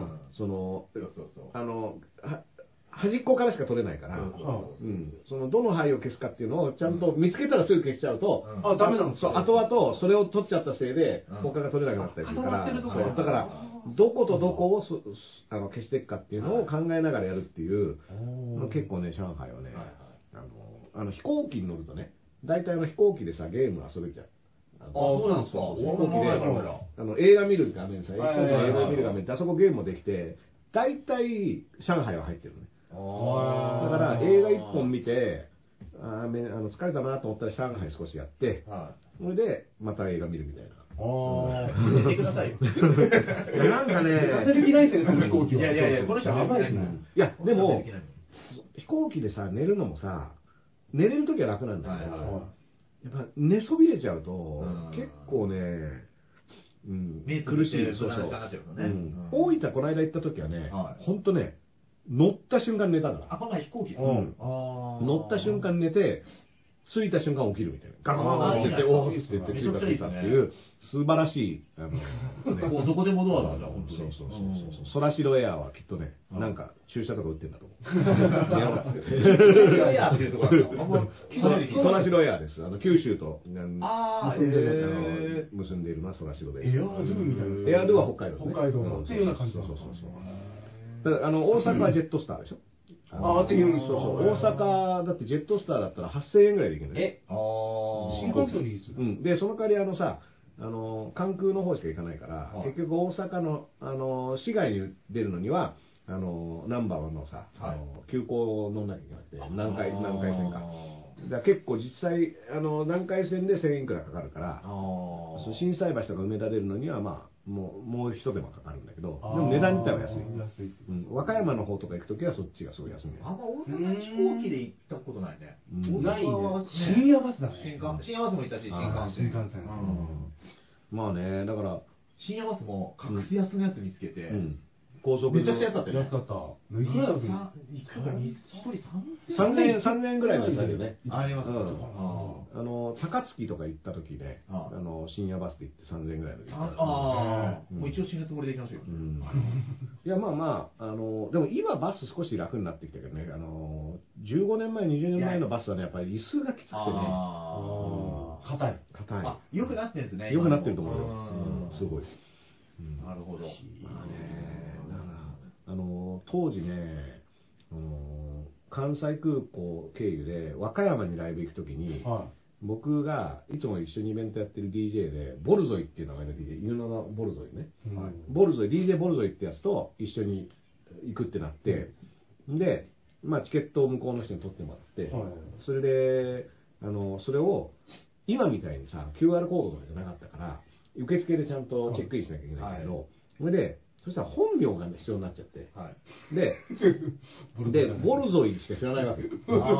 端っこからしか取れないから、そのどの牌を消すかっていうのをちゃんと見つけたらすぐ消しちゃうと、 ダメなんですよ。後々それを取っちゃったせいで、他が取れなくなったりするから、だから、どことどこを消していくかっていうのを考えながらやるっていう、結構ね、上海はね、飛行機に乗るとね、大体飛行機でさ、ゲーム遊べちゃう。 そうなんですか。 飛行機で、映画見る画面さ、映画見る画面ってあそこゲームもできて、大体上海は入ってるのね。だから映画一本見て、疲れたなと思ったら上海少しやって、それでまた映画見るみたいな。 寝てくださいよ。 なんかね、 させる気ないですね、その飛行機は。 いや、この人やばいですね。 いや、でも、飛行機でさ、寝るのもさ、寝れるときは楽なんだけど、やっぱ寝そびれちゃうと、結構ね、苦しい。大分この間行ったときはね、ほんとね、乗った瞬間寝たから。 この前飛行機乗った瞬間寝て、着いた瞬間起きるみたいな。ガコーンって言って、おーって言って着いたっていう、素晴らしい、 どこでもドアだ、じゃあ、 本当に。そう。ソラシドエアはきっとね、なんか注射とか打ってんだと思う。ソラシドエアです。九州と結んでいるのはソラシドです。エアドゥみたいな。エアドゥは北海道。 北海道っていうような感じ。 そう。大阪はジェットスターでしょ。 っていうんです。 大阪だってジェットスターだったら8000円ぐらいで行けるね。 新幹線にいいっす。 で、その代わり関空の方しか行かないから、結局大阪の市外に出るのには、ナンバーのさ、急行乗んなきゃいけなくて、南海線か。だから結構実際、南海線で1000円くらいかかるから、心斎橋とか梅田出るのには、まあ、 もう一手間かかるんだけど、でも値段自体は安い。和歌山の方とか行くときはそっちがすごい安い。 あんま大阪飛行機で行ったことないね。 ないね。深夜バスだね。 深夜バスも行ったし、新幹線。 まあね、だから、 深夜バスも格安のやつ見つけて、 高速めちゃくちゃ安かったよね。 安かった。いくらだっけ？ 1人3000円ぐらいのやつだよね。 あります。 高槻とか行った時ね、深夜バスで行って3000円ぐらいの。 もう一応死ぬつもりで行きましたよ。 いや、まあ、でも今バス少し楽になってきたけどね、15年前、20年前のバスはね、やっぱり椅子がきつくてね、 硬い。 良くなってるんですね。 良くなってると思うよ。すごい。 なるほど。 まあね、だから、当時ね、関西空港経由で和歌山にライブ行くときに、僕がいつも一緒にイベントやってる DJ で、ボルゾイっていう名前の DJ、犬のボルゾイね、ボルゾイ、DJ ボルゾイってやつと一緒に行くってなって、で、まあチケットを向こうの人に取ってもらって、それで、それを、今みたいにさ、QR コードとかじゃなかったから、受付でちゃんとチェックインしなきゃいけないけど、それで、そしたら本名が必要になっちゃって、で、ボルゾイしか知らないわけ。で、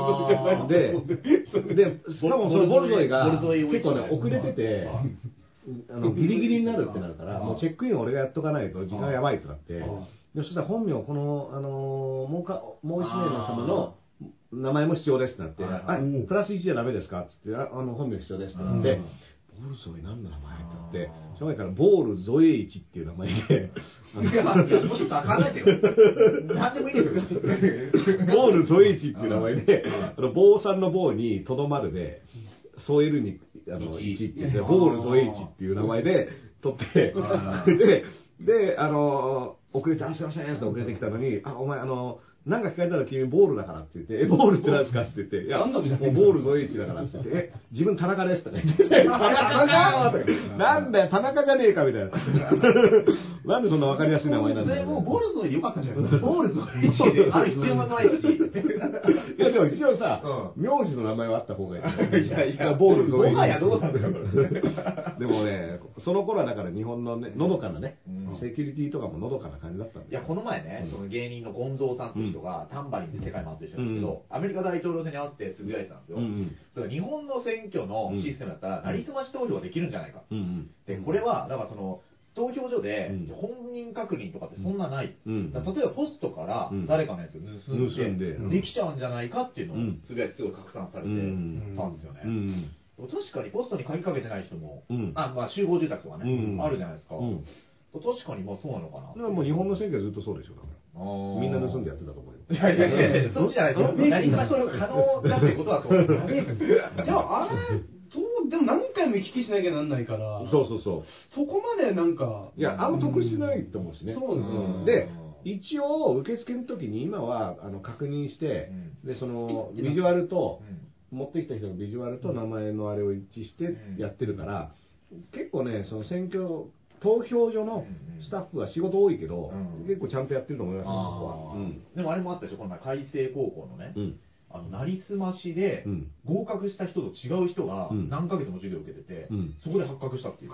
しかもそのボルゾイが結構ね、遅れてて、ギリギリになるってなるから、もうチェックインを俺がやっとかないと時間やばいってなって、そしたら本名、この、もう一名の様の名前も必要ですってなって、プラス1じゃダメですかって言って、本名必要ですってなって、ボルゾイ何の名前って言って、その前からボールゾエイチっていう名前で、 もうちょっと考えてよ。何でもいいですよ。 ボールゾエイチっていう名前で、坊さんの棒にとどまるで、添えるに、1って言って、ボールゾエイチっていう名前で取って、で、遅れて、すいませんって遅れてきたのに、お前、なんか聞かれたら君ボールだからって言って、ボールって何ですかって言って、いや、もうボールゾエイチだからって言って、自分田中ですってね。田中なんだよ、田中じゃねえかみたいな。なんでそんなわかりやすい名前なんだよ。 もうボルゾイでよかったじゃん。ボールゾエイチである必要がないし。 いや、でも一応さ、名字の名前はあった方がいい。いや、ボールゾエイチ。 もはやどうなんだよ。 でもね、その頃はだから日本のね、のどかなね、セキュリティとかものどかな感じだったんで。 いや、この前ね、その芸人の権藤さんっていう人がタンバリンで世界回ってる人なんですけど、アメリカ大統領選に合わせてつぶやいてたんですよ。日本の選挙のシステムだったら、なりすまし投票ができるんじゃないか。で、これは、だからその、投票所で本人確認とかってそんなない。例えばポストから誰かのやつを盗んで、できちゃうんじゃないかっていうのをつぶやいてすごい拡散されてたんですよね。確かにポストに鍵かけてない人も、まあ集合住宅とかね、あるじゃないですか。確かにまあそうなのかな。 もう日本の選挙はずっとそうでしょ、だから。みんな盗んでやってたと思うよ。 いやいや、そっちじゃないですよ。なりすまし投票が可能だってことだと思う。 でもあれ、でも何回も行き来しなきゃなんないから、 そこまでなんか、 いや、得してないと思うしね。 そうですよ。 で、一応、受付の時に今は確認して、で、その、ビジュアルと、持ってきた人のビジュアルと名前のあれを一致してやってるから、結構ね、その選挙、投票所のスタッフは仕事多いけど、結構ちゃんとやってると思いますよ、そこは。 でもあれもあったでしょ、この前、海星高校のね、なりすましで合格した人と違う人が何ヶ月も授業を受けてて、そこで発覚したっていう。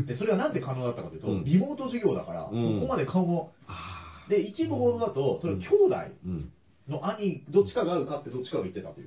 で、それはなんで可能だったかというと、リモート授業だから、ここまで顔も。で、一部報道だと、それ兄弟の兄、どっちかが受かってどっちかが言ってたという。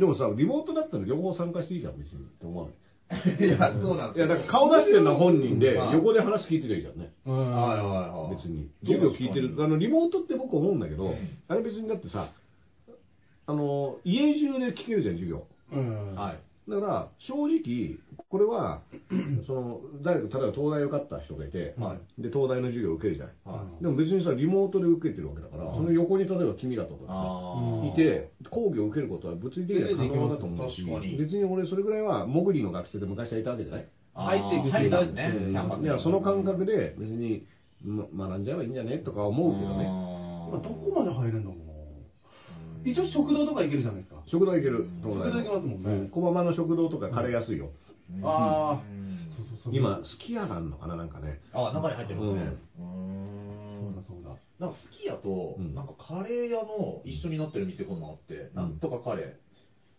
でもさ、リモートだったら両方参加していいじゃん、別に。って思わない。 いや、そうなんですよ。 いや、だから顔出してるのは本人で、横で話聞いてりゃいいじゃんね。 はい。 別に。授業聞いてる。リモートって僕思うんだけど、あれ別にだってさ、家中で聞けるじゃん、授業。はい。だから、正直、これは、その、例えば東大受かった人がいて、で、東大の授業を受けるじゃない。でも別にさ、リモートで受けてるわけだから、その横に例えば君らとかさ、いて、講義を受けることは物理的には可能だと思うし、別に俺それぐらいは、モグリの学生で昔はいたわけじゃない。 入っていく人だね。 いや、その感覚で別に学んじゃえばいいんじゃねとか思うけどね。 どこまで入るんだろうな。一応食堂とか行けるじゃないですか。 食堂行ける。 食堂行けますもんね。 小浜の食堂とかカレー安いよ。 ああ。 今、すき家があるのかな、なんかね。 中に入ってますね。 そうだ。 なんかすき家と、なんかカレー屋の一緒になってる店今度あって、なんとかカレー。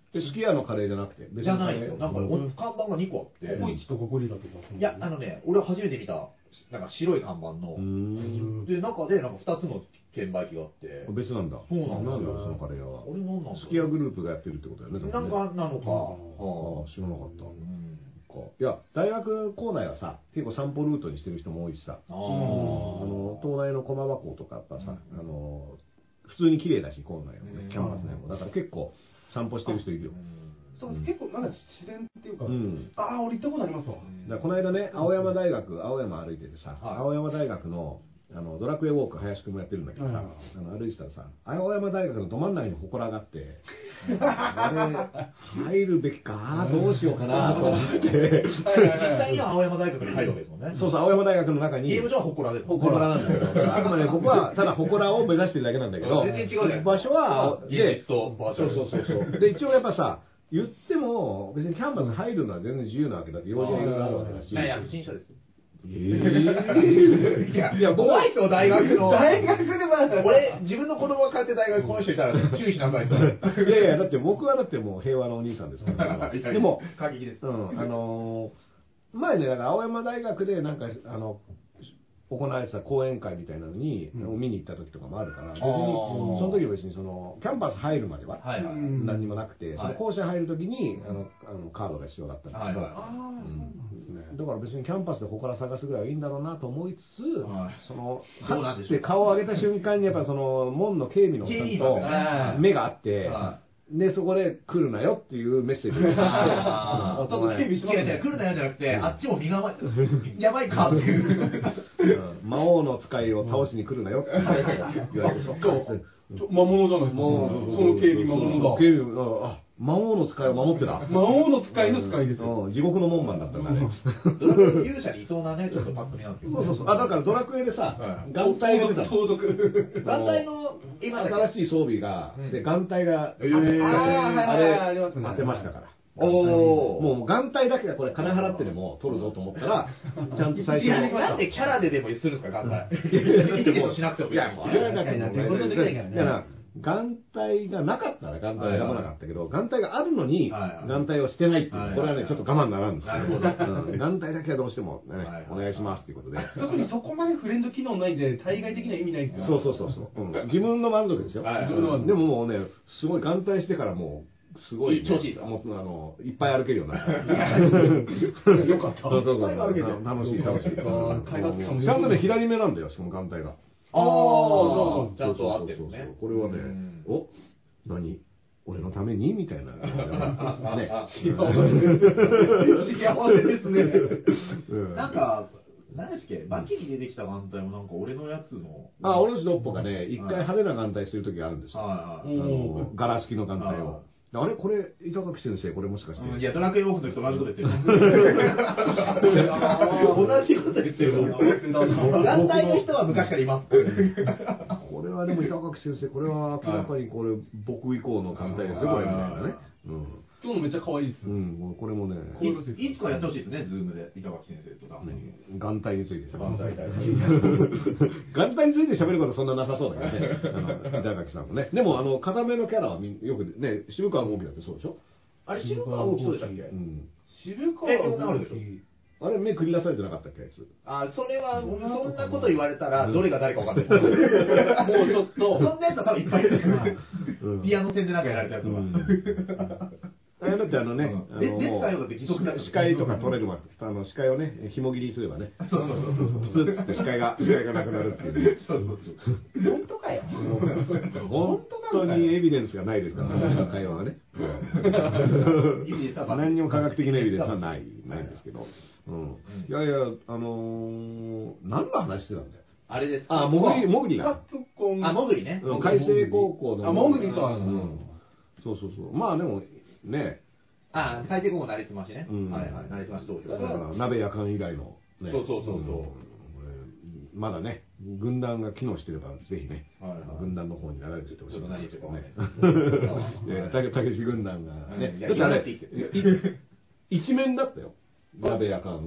すき家のカレーじゃなくてじゃないんですよ。なんか看板が2個あって。 ココイチとかゴリラとか。 いや、俺初めて見た、なんか白い看板の。で、中でなんか2つの券売機があって。 別なんだ。 そうなんだ。 なんだそのカレー屋は。 俺なんなんだ。 すき家グループがやってるってことだよね。 なんかなのか。 知らなかった。いや、大学構内はさ、結構散歩ルートにしてる人も多いしさ、東大の駒場校とかやっぱさ、普通に綺麗だし、校内もね、キャンパス内も。だから結構散歩してる人いるよ。 そうです、結構なんか自然っていうか、ああ、俺行ったことありますわ。 この間ね、青山大学、青山歩いててさ、青山大学のドラクエウォーク林くんもやってるんだけどさ、歩いてたらさ、青山大学のど真ん中に祠があって、あれ、入るべきかどうしようかなと思って。 実際には青山大学に入るわけですもんね。 そうそう、青山大学の中に。 ゲーム上は祠です。 祠なんだけど、あくまで僕はただ祠を目指してるだけなんだけど、 全然違うじゃない場所は、 で、 そう。で、一応やっぱさ、言っても、別にキャンパス入るのは全然自由なわけだって、用事がいろいろあるわけだし。 いや、不審者ですよ。 いや、 怖い人、大学の。 大学では、 俺、自分の子供が通って大学この人いたら注意しなさいと。 いや、だって僕はだってもう平和なお兄さんですから。でも、 過激です。 前ね、だから青山大学でなんか、行われてた講演会みたいなのに、見に行った時とかもあるから、別に、その時は別にキャンパス入るまでは何にもなくて、その校舎入る時に、カードが必要だったんだけど、だから別にキャンパスで祠探すぐらいはいいんだろうなと思いつつ、はって顔を上げた瞬間にやっぱ門の警備の人と目があって、で、そこで来るなよっていうメッセージがあって、ちょっと警備してますね。来るなよじゃなくて、あっちも身構え、やばいかっていう。 魔王の使いを倒しに来るなよって言われて、そっか。 魔物じゃないですか。その警備魔物だ。 警備、魔王の使いを守ってた。 魔王の使いの使いですよ。 地獄の門番だったんだね。 ドラクエ勇者にいそうなね、ちょっとパッと見なんですけど。 そう。だからドラクエでさ、眼帯が出た。 盗賊。 眼帯の、 今新しい装備が、で、眼帯が、あれ、当てましたから。もう眼帯だけはこれ金払ってでも取るぞと思ったら、ちゃんと最初に。なんでキャラででもするんですか、眼帯。でもしなくてもいい。いや、眼帯がなかったら眼帯選ばなかったけど、眼帯があるのに眼帯をしてないっていう、これはね、ちょっと我慢ならんですよ。眼帯だけはどうしてもね、お願いしますっていうことで。 特にそこまでフレンド機能ないんで、対外的な意味ないですよ。 そう。自分の満足ですよ。でももうね、すごい眼帯してからもう、すごい、 調子いいですもういっぱい歩けるようになった。 よかった。 楽しい。ちゃんとね、左目なんだよ、しかも眼帯が。 ちゃんと合ってるね。 これはね、何俺のためにみたいな。ね。 幸せですね。なんか、何ですっけ、バキに出てきた眼帯もなんか俺のやつの。 俺のっぽがね、一回派手な眼帯してる時があるんですよ。ガラ式の眼帯を。あれこれ、板垣先生、これもしかして。 いや、ドラクエウォークの人同じこと言ってる。同じこと言ってる。眼帯の人は昔からいます。 これはでも板垣先生、これは明らかにこれ、僕以降の眼帯ですよ、これみたいなね。 今日のめっちゃ可愛いっす。 これもね。 いつかやってほしいですね、ズームで、板垣先生と眼帯について喋る。眼帯について喋ることはそんななさそうだけどね。板垣さんもね。でも、片目のキャラはよくね、渋川豪樹だってそうでしょ？ あれ、渋川豪樹そうでしたっけ？ 渋川豪樹。 あれ、目繰り出されてなかったっけ、あいつ。 それは、そんなこと言われたら、どれが誰か分かんない。もうちょっと。そんなやつは多分いっぱいいるから。ピアノ線でなんかやられたやつは。 だって視界とか取れるわ。視界をね、紐切りすればね。プツッって視界がなくなるっていう。 本当かよ。 本当にエビデンスがないですからね、会話はね。何にも科学的なエビデンスはないんですけど。いや、何の話してたんだよ。 あれですか？モグリが。 モグリね。 海星高校の。 モグリさん。そう。まあでも、ね。 最低高校なりすましね。なりすまし通り。 だから、鍋やかん以外の。 そう。 まだね、軍団が機能してれば、ぜひね、軍団の方に流れていってほしいんですけどね。たけし軍団がね。だってあれ、一面だったよ。鍋やかん。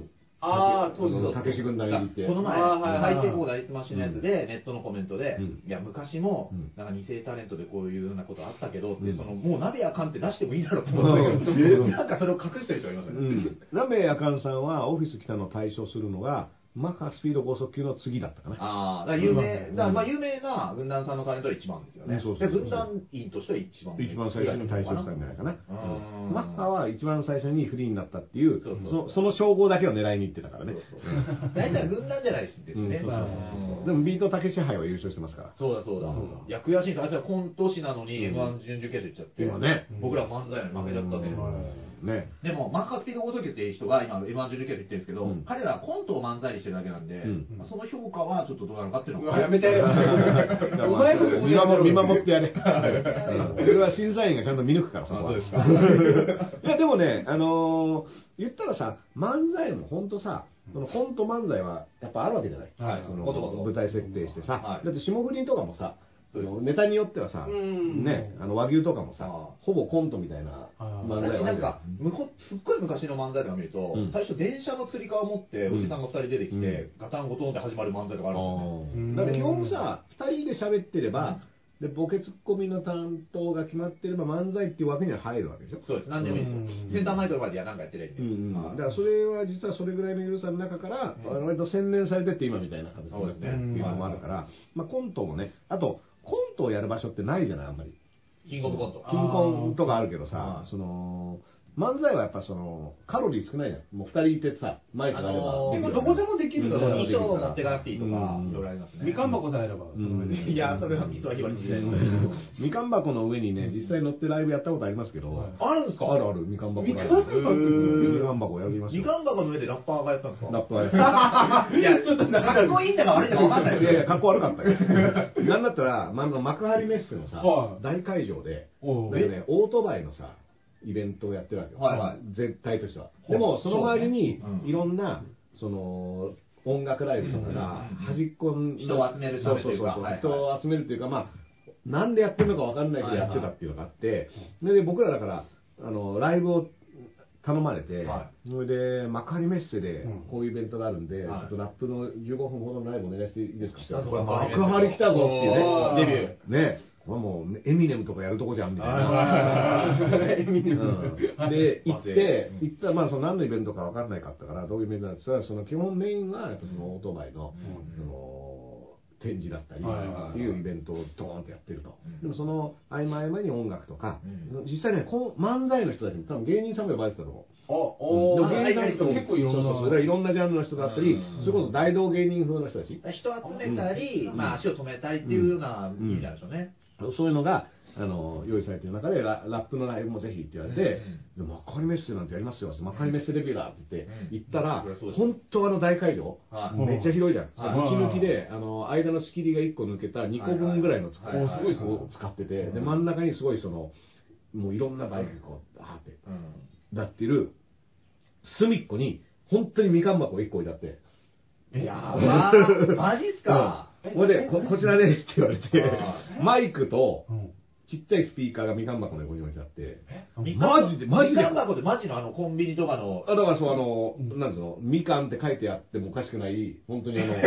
たけし軍団に行って。 この前、最低高打率増しのやつで、ネットのコメントで、いや、昔も、なんか2世タレントでこういうようなことあったけど、もう鍋やかんって出してもいいだろうと思ったけど、なんかそれを隠してる人がいますよね。 鍋やかんさんは、オフィス来たのを対処するのが、マッハスピード高速級の次だったかな。 ああ、有名な軍団さんのタレントは一番ですよね。軍団員としては一番最初に対処したんじゃないかな。マッハは一番最初にフリーになったっていう、その称号だけを狙いに行ってたからね。 大体軍団じゃないですね。 でもビートたけし杯は優勝してますから。 そうだ。いや、悔しいんです。あいつはコント師なのに M1 準々決勝行っちゃって。今ね。僕ら漫才のに負けちゃったんで。でも、マッハスピード高速級っていう人が今 M1 準々決勝行ってるんですけど、彼らはコントを漫才にしてるだけなんで、その評価はちょっとどうなのかっていうのは。 やめてやれ。お前見守ってやれ。それは審査員がちゃんと見抜くから、そこは。いや、でもね、言ったらさ、漫才も本当さ、そのコント漫才はやっぱあるわけじゃない。その舞台設定してさ。だって霜降りとかもさ、ネタによってはさ、ね、和牛とかもさ、ほぼコントみたいな漫才がなんか、すっごい昔の漫才とか見ると、最初電車のつり革持って、おじさんが2人出てきて、ガタンゴトンって始まる漫才とかあるんですよね。 だから基本さ、2人で喋ってれば、で、ボケツッコミの担当が決まってれば漫才っていうわけには入るわけでしょ。 そうです。何でもいいですよ。センターマイクまでなんかやってるやつ。 だからそれは実はそれぐらいの緩さの中から、割と洗練されてって今みたいな形になってるっていうのもあるから、まあコントもね、あと、コントをやる場所ってないじゃない、あんまり。 キングオブコント。 キンコンとかあるけどさ、漫才はやっぱカロリー少ないじゃん。もう2人いてさ、マイクがあれば。 どこでもできるだろ。 衣装を持っていかなくていいとか、いろいろありますね。 みかん箱さえあれば、 いや、それは味噌はひばり時代の。 みかん箱の上にね、実際乗ってライブやったことありますけど。 あるんですか？ ある、みかん箱。みかん箱やりました。 みかん箱の上でラッパーがやったんですか？ ラッパーやった。 いや、ちょっとかっこいいんだか悪いんだか分かんない。 いや、かっこ悪かったよ。なんだったら、幕張メッセのさ、大会場で、オートバイのさ、イベントをやってるわけよ。絶対としては。でも、その周りに、いろんな、音楽ライブとかが、端っこに。 人を集めるためというか。 人を集めるというか、まあ、なんでやってるのかわかんないけどやってたっていうのがあって、で、僕らだから、ライブを頼まれて、それで、幕張メッセで、こういうイベントがあるんで、ちょっとラップの15分ほどのライブお願いしていいですかって言ったら、幕張来たぞっていうね、デビュー。ね。もう、エミネムとかやるとこじゃん、みたいな。で、行ったら、まあ、何のイベントかわかんないかったから、どういうイベントなんですか、基本メインは、やっぱオートバイの、展示だったり、っていうイベントをドーンってやってると。でもその合間合間に音楽とか、実際ね、漫才の人たちに多分芸人さんも呼ばれてたと思う。でも芸人さんって結構いろんなジャンルの人だったり、それこそ大道芸人風の人たち。 人集めたり、まあ足を止めたりっていうような意味なんでしょうね。 そういうのが、用意されている中でラップのライブもぜひって言われて、幕張メッセなんてやりますよ、幕張メッセデビューだって言って行ったら、本当大会場、めっちゃ広いじゃん。ぶち抜きで、間の仕切りが1個抜けた2個分ぐらいの使ってて、で、真ん中にすごいもういろんなバイクがこう、あーって、なってる、隅っこに、本当にみかん箱1個置いてあって。 やばー、マジっすか？ ほいで、こちらですって言われて、マイクと、ちっちゃいスピーカーがみかん箱の横に置いてあって、 マジでみかん箱でマジのコンビニとかの。 だからそう、なんですの、みかんって書いてあってもおかしくない、本当に折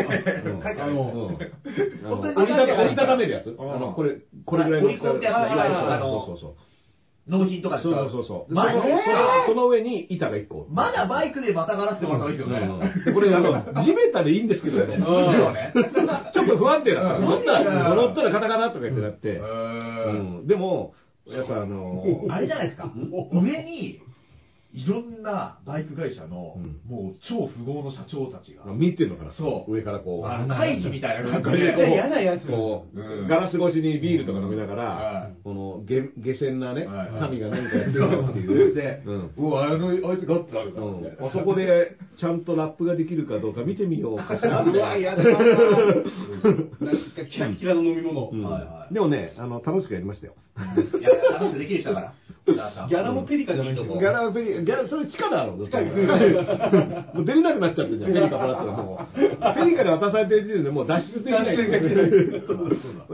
りたためるやつこれぐらいの。 折り込んであるそうそう。 納品とかそう。その上に板が1個。 まだバイクでまたがらせてもらったらいいですよね。 これ、地べたでいいんですけどね。ちょっと不安定だった。乗ったらカタカタとか言ってなって。でも、やっぱあれじゃないですか。上に、いろんなバイク会社の、もう超富豪の社長たちが。 見てるのかな、 そう。 上からこう。 会議みたいな感じで。嫌なやつ。 こう、ガラス越しにビールとか飲みながら、この下船なね、神が何かやってるっていう。で、あいつガッツあるから。あそこで、ちゃんとラップができるかどうか見てみようかしら。 うわ、やだな。キラキラの飲み物。 でもね、楽しくやりましたよ。 いや、楽しくできる人だから。 ギャラもペリカじゃないんですよ。 ギャラ、それ地下だろ、もう出れなくなっちゃってるじゃん、ペリカもらったらもう。ペリカで渡されてる時点でもう脱出できない。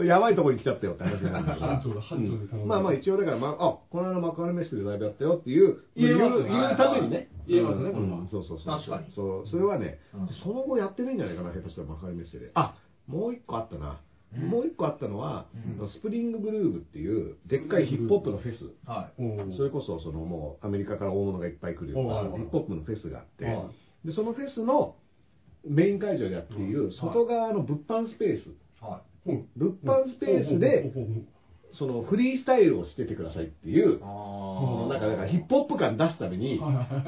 やばいとこに来ちゃったよって話になるんだけど。まあ一応だから、この間幕張メッセでライブやったよっていう、言うためにね、 言えますね、これは。 そうそうそう。 確かに。 そう、それはね、その後やってないんじゃないかな、下手したら幕張メッセで。あ、もう一個あったな。もう一個あったのは、スプリングブルーブっていう、でっかいヒップホップのフェス。それこそ、もう、アメリカから大物がいっぱい来るような、ヒップホップのフェスがあって、で、そのフェスのメイン会場でやっている、外側の物販スペース。物販スペースで、フリースタイルをしててくださいっていう、なんかヒップホップ感出すために、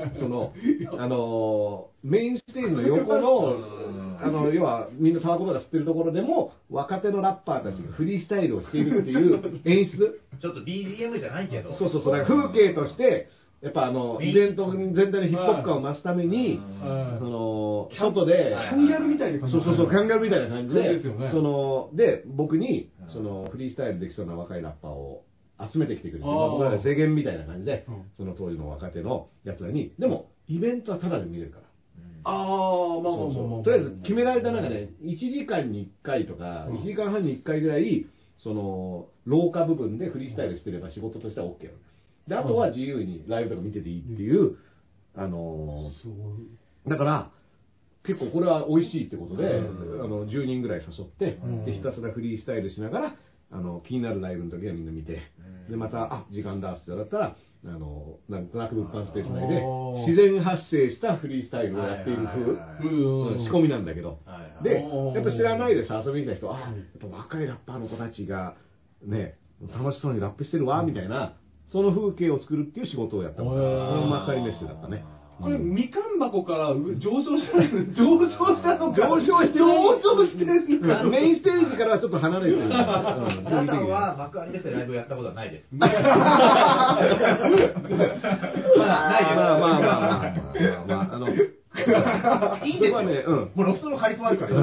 メインステージの横の、要はみんなタバコとか吸ってるところでも、若手のラッパーたちがフリースタイルをしているっていう演出。 ちょっと BGM じゃないけど。 そう、風景として、やっぱイベント全体のヒップホップ感を増すために、外で、 キャンギャルみたいな感じ。 そう、キャンギャルみたいな感じで、で、僕に、フリースタイルできそうな若いラッパーを集めてきてくれて、僕ら制限みたいな感じで、その当時の若手のやつらに、でも、イベントはタダで見れるから。とりあえず決められた中で、1時間に1回とか、1時間半に1回ぐらい、廊下部分でフリースタイルしてれば仕事としては OK なんだよ。で、あとは自由にライブとか見てていいっていう、だから、結構これは美味しいってことで、10人ぐらい誘って、で、ひたすらフリースタイルしながら、気になるライブの時はみんな見て、で、また、時間だってだったら、なんとなく物販スペース内で、自然発生したフリースタイルをやっている仕込みなんだけど、で、やっぱ知らないでさ、遊びに来た人、やっぱ若いラッパーの子たちが、ね、楽しそうにラップしてるわ、みたいな、その風景を作るっていう仕事をやったのが、幕張メッセだったね。 これ、みかん箱から上昇したの上昇してるのか。 メインステージからはちょっと離れてる。 皆さんは幕張メッセでライブやったことはないです。 まだないよ。 いいですよね。 もうロフトのカリスマですから。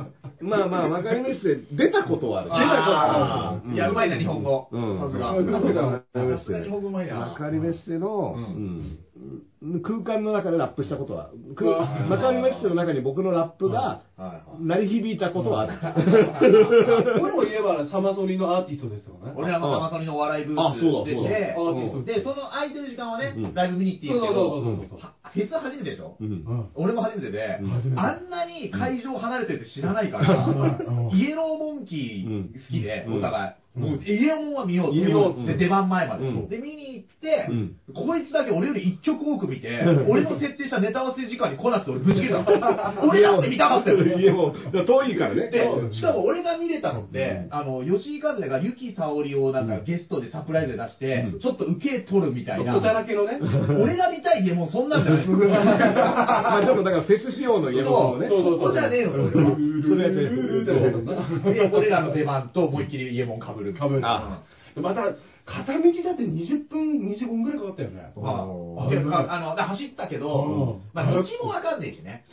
幕張メッセ出たことはある。いや、うまいな、日本語。さすが。日本語うまいな。 幕張メッセの、空間の中でラップしたことは、幕張メッセの中に僕のラップが鳴り響いたことはある。 俺も言えばサマソニのアーティストですよね。 俺はサマソニのお笑いブースで、その空いてる時間はね、ライブ見に行っていいけど、フェス初めてでしょ。俺も初めてで、あんなに会場離れてるって知らないから、イエローモンキー好きで、お互い。もう、イエモンは見ようって出番前まで。で、見に行って、こいつだけ俺より1曲多く見て、俺の設定したネタ合わせ時間に来なくて俺ぶち切れた。俺だって見たかったよ。 いやもう、遠いからね。 で、しかも俺が見れたのって、吉井和也がユキサオリをなんかゲストでサプライズで出して、ちょっと受け取るみたいな。 おちゃらけのね。 俺が見たいイエモンそんなんじゃない。 まあちょっとだからフェス仕様のイエモンのね。 そこじゃねえのよ。 それやってで、俺らの出番と思いっきりイエモン被る。 また、片道だって20分、25分ぐらいかかったよね。 走ったけど、道もわかんねえしね。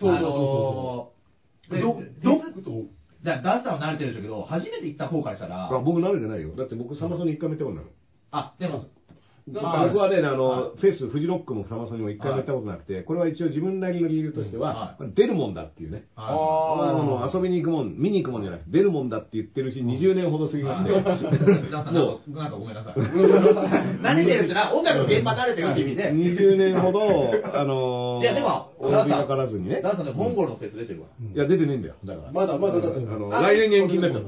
ダンサーは慣れてるんだけど、初めて行った方からしたら。 僕慣れてないよ。だって僕サマソニ1回目行ったことない。 でも、 僕はね、フェス、フジロックもサマソニも一回も行ったことなくて、これは一応自分なりの理由としては、出るもんだっていうね。遊びに行くもん、見に行くもんじゃなくて、出るもんだって言ってるし、20年ほど過ぎまして。 なんかごめんなさい。何出るってな、音楽の現場慣れてるって意味で。 20年ほど、 いやでも、 ダンサーからずにね。 ダンサーでモンゴルのフェス出てるわ。 いや、出てねえんだよ。だから。 まだだって。 来年に延期になっちゃった。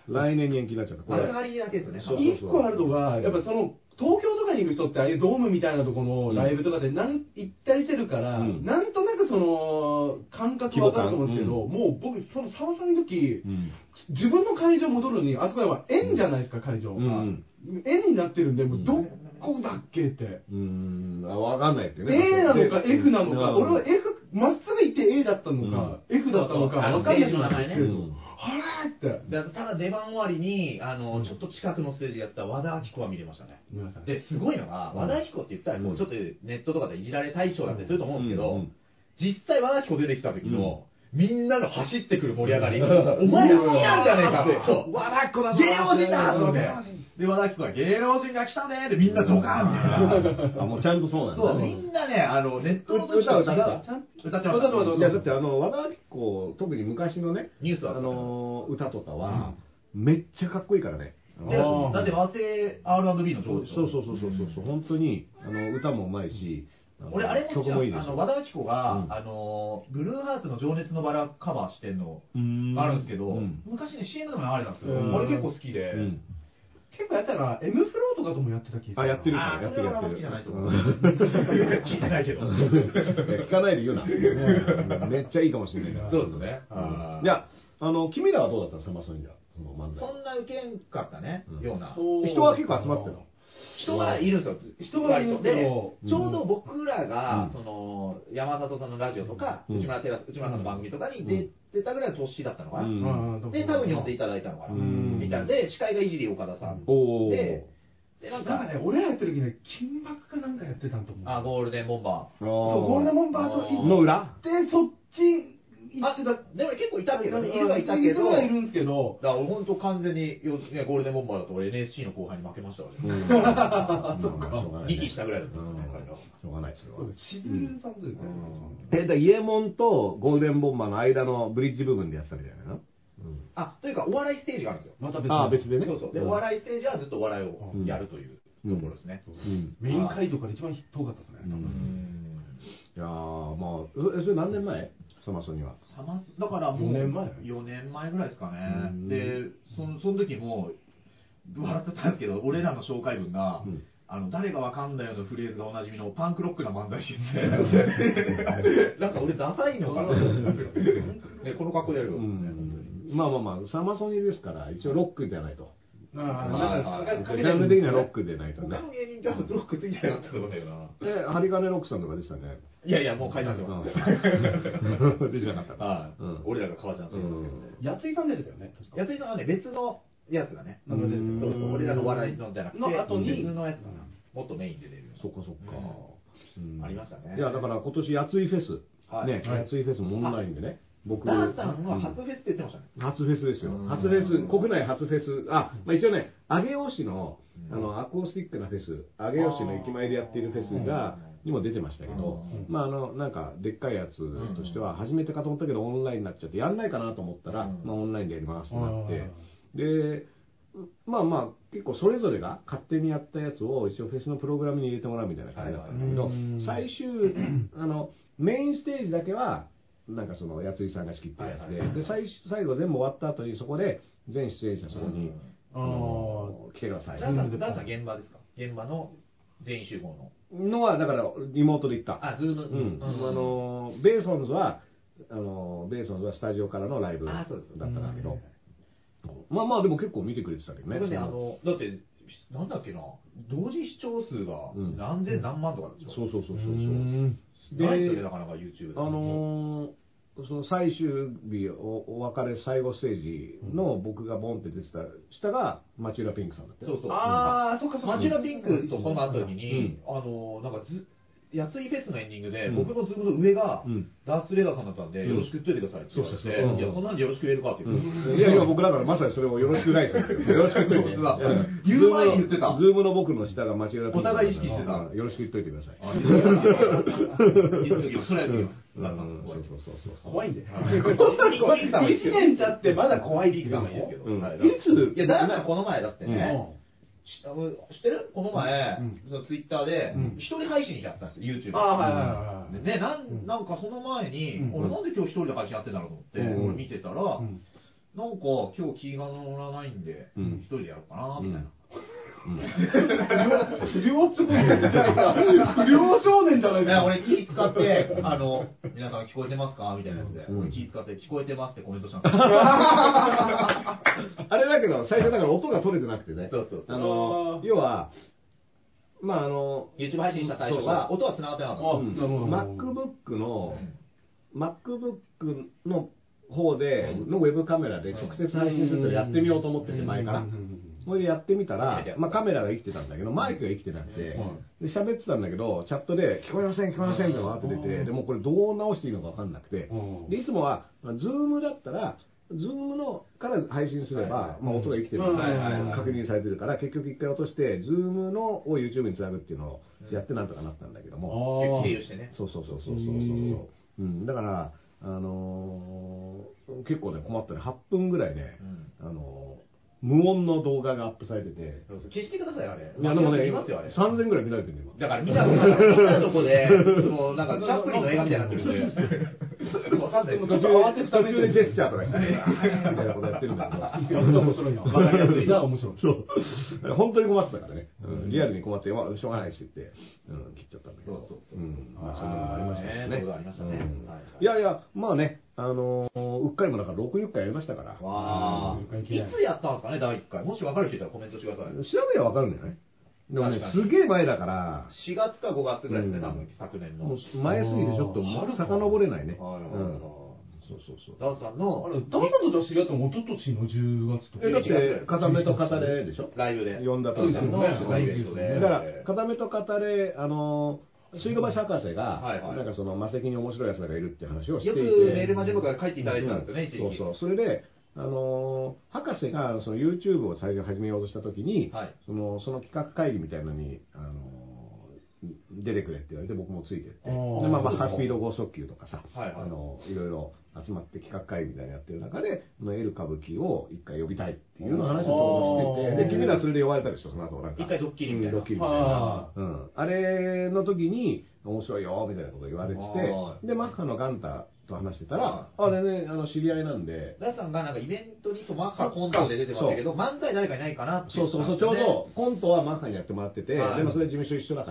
来年に延期になっちゃった。 幕張だけですね。 一個あるのが、やっぱ東京とかに行く人ってああいうドームみたいなところのライブとかで行ったりしてるから、なんとなく感覚わかると思うんですけど、もう僕、サマソニの時、自分の会場戻るのに、あそこは円じゃないですか、会場が。円になってるんで、もうどこだっけって。 わかんないってね。 A なのか F なのか、俺は F、まっすぐ行って A だったのか、F だったのか、わかんないの名前ね。あれって。 ただ出番終わりに、ちょっと近くのステージやった和田アキ子は見れましたね。で、すごいのが、和田アキ子って言ったら、ちょっとネットとかでいじられ対象だってすると思うんですけど、実際和田アキ子出てきた時の、みんなの走ってくる盛り上がり。お前ら好きなんじゃねえかって。そう。和田アキ子だぞ。芸能人だぞって。で、和田アキ子が芸能人が来たねーってみんなドカーンみたいな。 もうちゃんとそうなんだ。 そう、みんなね、ネットの時と違う。歌ってました。 いや、だって和田アキ子、特に昔のね、 ニュースは歌とかは、めっちゃかっこいいからね。 だって和製 R&B の女王でしょ。 そう、本当に、歌もうまいし、 俺、あれも好きなの。和田アキ子が、ブルーハーツの情熱のバラカバーしてんのあるんですけど、昔ね、CM でも流れたんですけど、俺結構好きで、 結構やったら、M フローとかともやってた気がする。 あ、やってるから、 やってる。好きじゃないと思う。聞いてないけど。 聞かないで言うな。めっちゃいいかもしれない。 そうですね。 いや、君らはどうだったの、サマソニーは。 そんな受けんかったね、ような。 人は結構集まってるの。 人がいるんですよ。人がいるんですけど、ちょうど僕らが、山里さんのラジオとか、内村さんの番組とかに出たぐらいの年だったのかな。で、多分呼んでいただいたのかな。みたいな。で、司会がいじり岡田さん。で、 なんかね、俺らやってる時ね、金箔かなんかやってたんと思う。 あ、ゴールデンボンバー。 そう、ゴールデンボンバーとの裏で、そっち、 でも結構いたけど、いるはいたけど、 いるんですけど、 だから俺本当完全にゴールデンボンバーだと俺 NSC の後輩に負けましたわね。 そっか。 2期したぐらいだったんですね。 しょうがないですよ。 しずるさんというか。 イエモンとゴールデンボンバーの間のブリッジ部分でやってたみたいな。 というかお笑いステージがあるんですよ。 また別でね。 そうそう。で、お笑いステージはずっとお笑いをやるというところですね。 メイン会場から一番遠かったですね。 いやまあ、それ何年前サマソニは。 だからもう 4 年前ぐらいですかね。で、その時も、笑ってたんですけど、俺らの紹介文が、誰がわかんないようなフレーズがおなじみのパンクロックな漫才師って。なんか俺ダサいのかなこの格好でやるよ。 まあ、サマソニですから、一応ロックではないと。ジャンル的にはロックでないとね。 他の芸人ってロックすぎないなって思ったよな。 ハリガネロックさんとかでしたね。 いや、もう買い出してます。 出てなかった。 俺らが川ちゃんやついさん出てたよね。 やついさんはね、別のやつがね。そうそう、俺らの笑いのじゃなくて、 後に別のやつかな。もっとメインで出る。 そっか。 ありましたね。 いや、だから今年やついフェス。ね、やついフェスもオンラインでね。 僕、ダーさんは初フェスって言ってましたね。 初フェスですよ。初フェス、国内初フェス。一応ね、上尾市の、アコースティックなフェス、上尾市の駅前でやっているフェスにも出てましたけど、なんか、でっかいやつとしては、初めてかと思ったけど、オンラインになっちゃって、やんないかなと思ったら、オンラインでやりますってなって、で、結構それぞれが勝手にやったやつを一応フェスのプログラムに入れてもらうみたいな感じだったんだけど、最終、メインステージだけは、なんかその、やついさんが仕切ったやつで、最後全部終わった後にそこで、全出演者そこに、来てください。 ダーさん現場ですか？現場の全員集合のは、だから、リモートで行った。 ズーム。 ベーソンズはスタジオからのライブだったんだけど、まあでも結構見てくれてたけどね。 だって、なんだっけな、同時視聴数が何千何万とかでしょ。 そう。 ないですよね、なかなか YouTube で。 その最終日お別れ最後ステージの僕がボンって出てた下が町浦ピンクさんだった。 そう。 そっか。 町浦ピンクとこの後に、なんかやついフェスのエンディングで、僕のズームの上が、ダース・レーダーさんだったんで、よろしく言っといてくださいって言われて、いや、そんなんでよろしく言えるかって言って。 いや、今僕だからまさにそれをよろしく返すんですよ。よろしく言っといて。 言う前に言ってた。 ズームの僕の下が町浦ピンク。 お互い意識してた。 よろしく言っといてください。 言っときます。それは言っときます。 そう。 怖いんだよ。 1 年経ってまだ怖いリーグさんはいいですけど。 いや、ダーさんこの前だってね、知ってる？この前、ツイッターで、一人配信やったんですよ、YouTube。で、なんかその前に、俺なんで今日一人で配信やってんだろうと思って、俺見てたら、なんか今日気が乗らないんで、一人でやろうかな、みたいな。 不良少年じゃないですか。 俺気使って、皆さん聞こえてますかみたいなやつで、俺気使って聞こえてますってコメントしたんですよ。 あれだけど、最初だから音が取れてなくてね。 そう。 要は、 YouTube 配信した最初は、音は繋がってなかった。 MacBook の方で、のウェブカメラで直接配信するってやってみようと思ってて、前から。それでやってみたら、カメラが生きてたんだけど、マイクが生きてなくて、で、喋ってたんだけど、チャットで、聞こえませんってのが後出て、でもこれどう直していいのか分かんなくて、で、いつもは、ズームだったら、ズームのから配信すれば、音が生きてるのが確認されてるから、結局一回落として、ズームのを YouTube につなぐっていうのをやってなんとかなったんだけども。 経由してね。 そう。だから、結構ね、困ったね、8分ぐらいね、 無音の動画がアップされてて。 消してください、あれ。 いや、でもね、3000ぐらい見られてるんだよ、 だから見たとこで、なんか、チャップリンの映画みたいになってるんで。わかんない。 途中でジェスチャーとかして、みたいなことやってるんだけど。 面白いな。わかりやすい。じゃあ面白い。 そう。本当に困ってたからね。リアルに困って、しょうがないしって言って、切っちゃったんだけど。そう。まあ、そんなのもありましたね。 そうありましたね。 いやいや、まあね、うっかりもだから60回やりましたから。 わー。いつやったんですかね、第1回。もし分かる人いたらコメントしてください。 調べれば分かるんじゃない？でもね、すげえ前だから。 4月か5月ぐらいですね、多分、昨年の。 前すぎてちょっと遡れないね。そう。 ダンさんの、 ダンさんと知り合ったの一昨年の10月とか。 だって、片目と片れでしょ？ ライブで。 呼んだときのイベントで。 だから、片目と片れ、水道橋博士が、なんかその魔石に面白い奴らがいるって話をしていて。 よくメールマジェムから書いていただいてたんですよね、一時期。 そう。それで、博士がその YouTube を最初始めようとしたときに、その企画会議みたいなのに、出てくれって言われて僕もついてって。で、まあ、ハスピード剛速球とかさ、いろいろ集まって企画会議みたいなのやってる中で、エル歌舞伎を一回呼びたいっていうの話をしてて、で、君らそれで呼ばれたでしょ、その後なんか。 一回ドッキリみたいな。 ドッキリみたいな。あれの時に、面白いよ、みたいなこと言われてて、で、マッハのガンタと話してたら、知り合いなんで。 ダンさんがなんかイベントにマッハコントで出てましたけど、漫才誰かいないかなって。 そう、ちょうどコントはマッハにやってもらってて、でもそれ事務所一緒だから。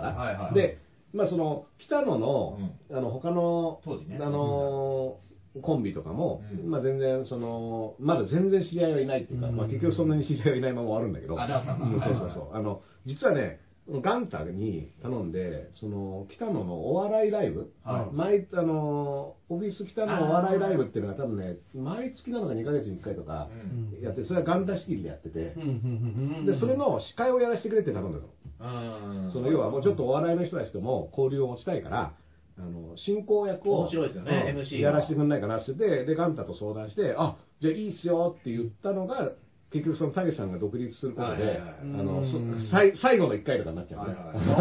で、まあその、北野の、他の、コンビとかも、まあ全然まだ全然知り合いはいないっていうか、まあ結局そんなに知り合いはいないまま終わるんだけど、そう。実はね、ガンタに頼んで、北野のお笑いライブ、オフィス北野のお笑いライブっていうのが多分ね、毎月なのか2ヶ月に1回とかやって、それはガンタ仕切りでやってて、で、それの司会をやらせてくれって頼んだの。要はもうちょっとお笑いの人たちとも交流を持ちたいから、進行役をやらせてくんないかなって言って、で、ガンタと相談して、あ、じゃあいいっすよって言ったのが、結局そのタケさんが独立することで、最後の1回とかになっちゃうね。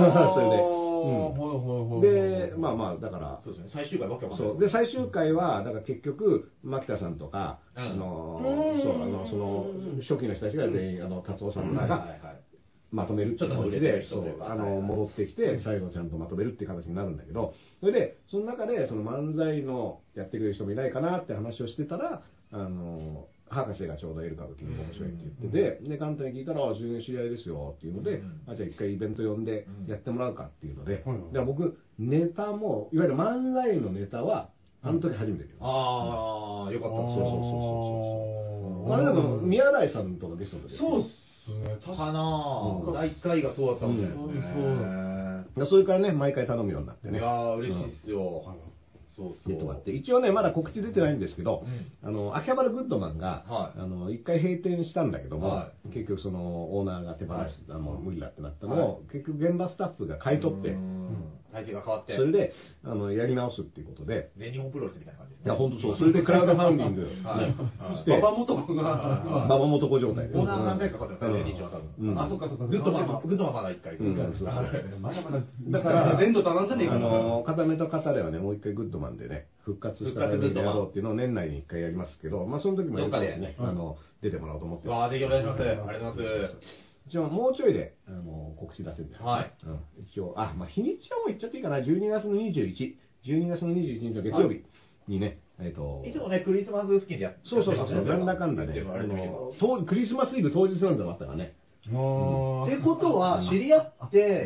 それで、で、まあ、だから、 そうですね、最終回わけわかんない。 そう。で、最終回は、だから結局、牧田さんとか、初期の人たちが全員、達夫さんとかが、まとめるっていう形で、戻ってきて、最後ちゃんとまとめるっていう形になるんだけど、それで、その中で、漫才のやってくれる人もいないかなって話をしてたら、博士がちょうどエル歌舞伎面白いって言ってて、で、簡単に聞いたら、自分知り合いですよっていうので、じゃあ一回イベント呼んでやってもらうかっていうので、僕、ネタも、いわゆる漫才のネタは、あの時初めて見る。 ああ、よかった。 そう。あれでも、宮台さんとかゲストの時。 そうっすね。 かなぁ。第1回がそうだったもんね。 それからね、毎回頼むようになってね。 いやー、嬉しいっすよ。 出てもらって、一応ね、まだ告知出てないんですけど、秋葉原グッドマンが、一回閉店したんだけども、結局オーナーが手放す、無理だってなったのを、結局現場スタッフが買い取って、 体制が変わって、 それで、やり直すっていうことで、 全日本プロレスみたいな感じですね。いや、ほんとそう。それでクラウドファンディングして、 馬場元子が、 馬場元子状態です。 オーナー何回かかってますね、日は多分。あ、そっか。グッドマンまだ1回。 まだまだ。 だから、 全土頼んじゃねえかな。 片目と片ではね、もう一回グッドマンでね、復活したタイミングでやろうっていうのを年内に一回やりますけど、まあその時もね、出てもらおうと思ってます。 わあ、ぜひお願いします。ありがとうございます。 一応もうちょいで、告知出せるんですよ。 はい。 一応、まあ日にちはもう言っちゃっていいかな、12月の21日の月曜日にね、 いつもね、クリスマス付近でやってそう、なんだかんだね、クリスマスイブ当日なんてのもあったからね。 ってことは、知り合って、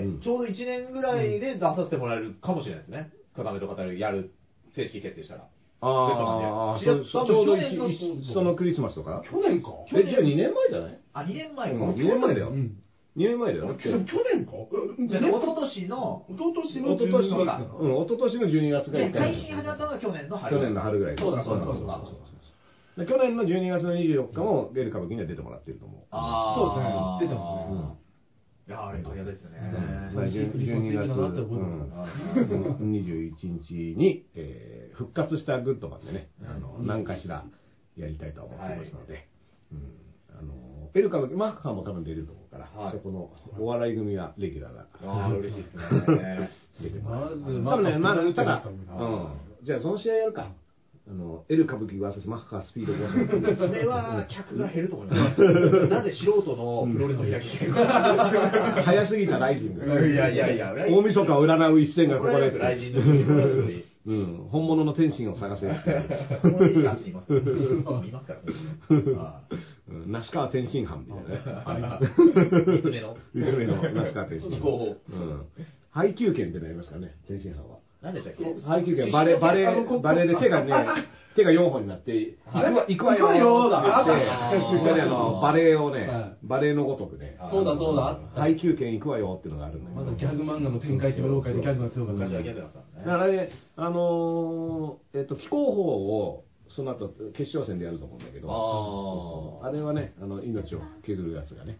ちょうど1年ぐらいで出させてもらえるかもしれないですね。片目と片でやる、正式決定したら。 ああ、ちょうどそのクリスマスとか去年か。 じゃあ2年前じゃない？ あ、2年前か。 2年前だよ。2年前だよ。 去年か？ じゃあ、一昨年の 12月が1回。 配信始まったのが去年の春。 去年の春ぐらい。 そうだ。 去年の12月の24日もエル歌舞伎には出てもらってると思う。 そうですね。出てますね。 いや、ありがたいですね。 12月21日に復活したグッドマンでね、何かしらやりたいと思っていますので、エル歌舞伎、マッハも多分出ると思うから、そこのお笑い組はレギュラーが。 ああ、嬉しいですね。 出てもらう。多分ね、ただ、じゃあその試合やるか。 L 歌舞伎 VS マッハスピードゴーそれは客が減ると思います。なんで素人のプロレスを開きてる早すぎたライジング。 いやいやいや、 大晦日を占う一戦がここです。 ライジングうん、本物の天心を探せ。 本物の天心いますからね。 那須川天心藩みたいなね。 3つ目の那須川天心。配給券ってのありますからね、天津飯は。 何でしたっけ？ 配給券、バレーで手が4本になって、行くわよだって、バレーをね、バレーのごとくね、 そうだ。 配給券行くわよっていうのがあるんだよ。 まだギャグ漫画の展開地武道会でギャグが強かった。 昔はギャグだったんだからね、非公報を、その後、決勝戦でやると思うんだけど、あれはね、命を削るやつがね。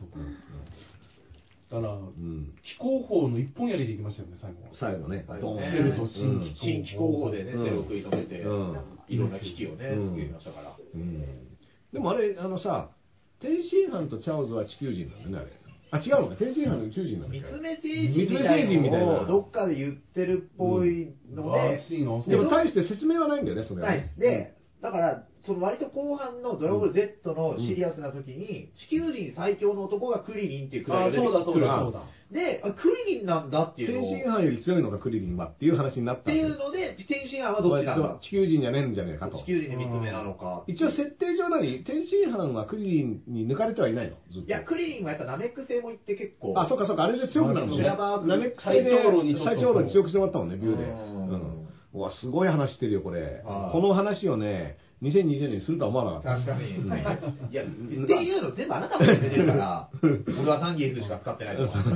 だから、気候法の一本やりでいきましたよね、 最後ね。 セルと新気候法でね、セルを食い止めて、いろんな危機をね、救いましたから。 でもあれ、さ、天津飯とチャオズは地球人なんだね、あれ。違うのか、天津飯の宇宙人なんだ。 三つ目星人みたいなどっかで言ってるっぽいので、 でも大して説明はないんだよね、それは。 で、だから、その割と後半のドラゴンボール Z のシリアスな時に、地球人最強の男がクリリンっていうくらいが出てくる。で、クリリンなんだっていうのを。 天津飯より強いのがクリリンはっていう話になったっていうので、天津飯はどっちなんだ？ 地球人じゃねえんじゃねえかと。 地球人で3つ目なのか。 一応設定上天津飯はクリリンに抜かれてはいないの？ いや、クリリンはやっぱナメック星もいって結構。 あ、そっか、あれで強くなるのね。ナメック星で最長老に強くしてもらったもんね、ビューで。うわ、すごい話してるよ、これ。この話をね、2020年にするとは思わなかった。 確かに。いや、っていうの全部あなたが決めてるから、俺はザンギエフしか使ってないとか。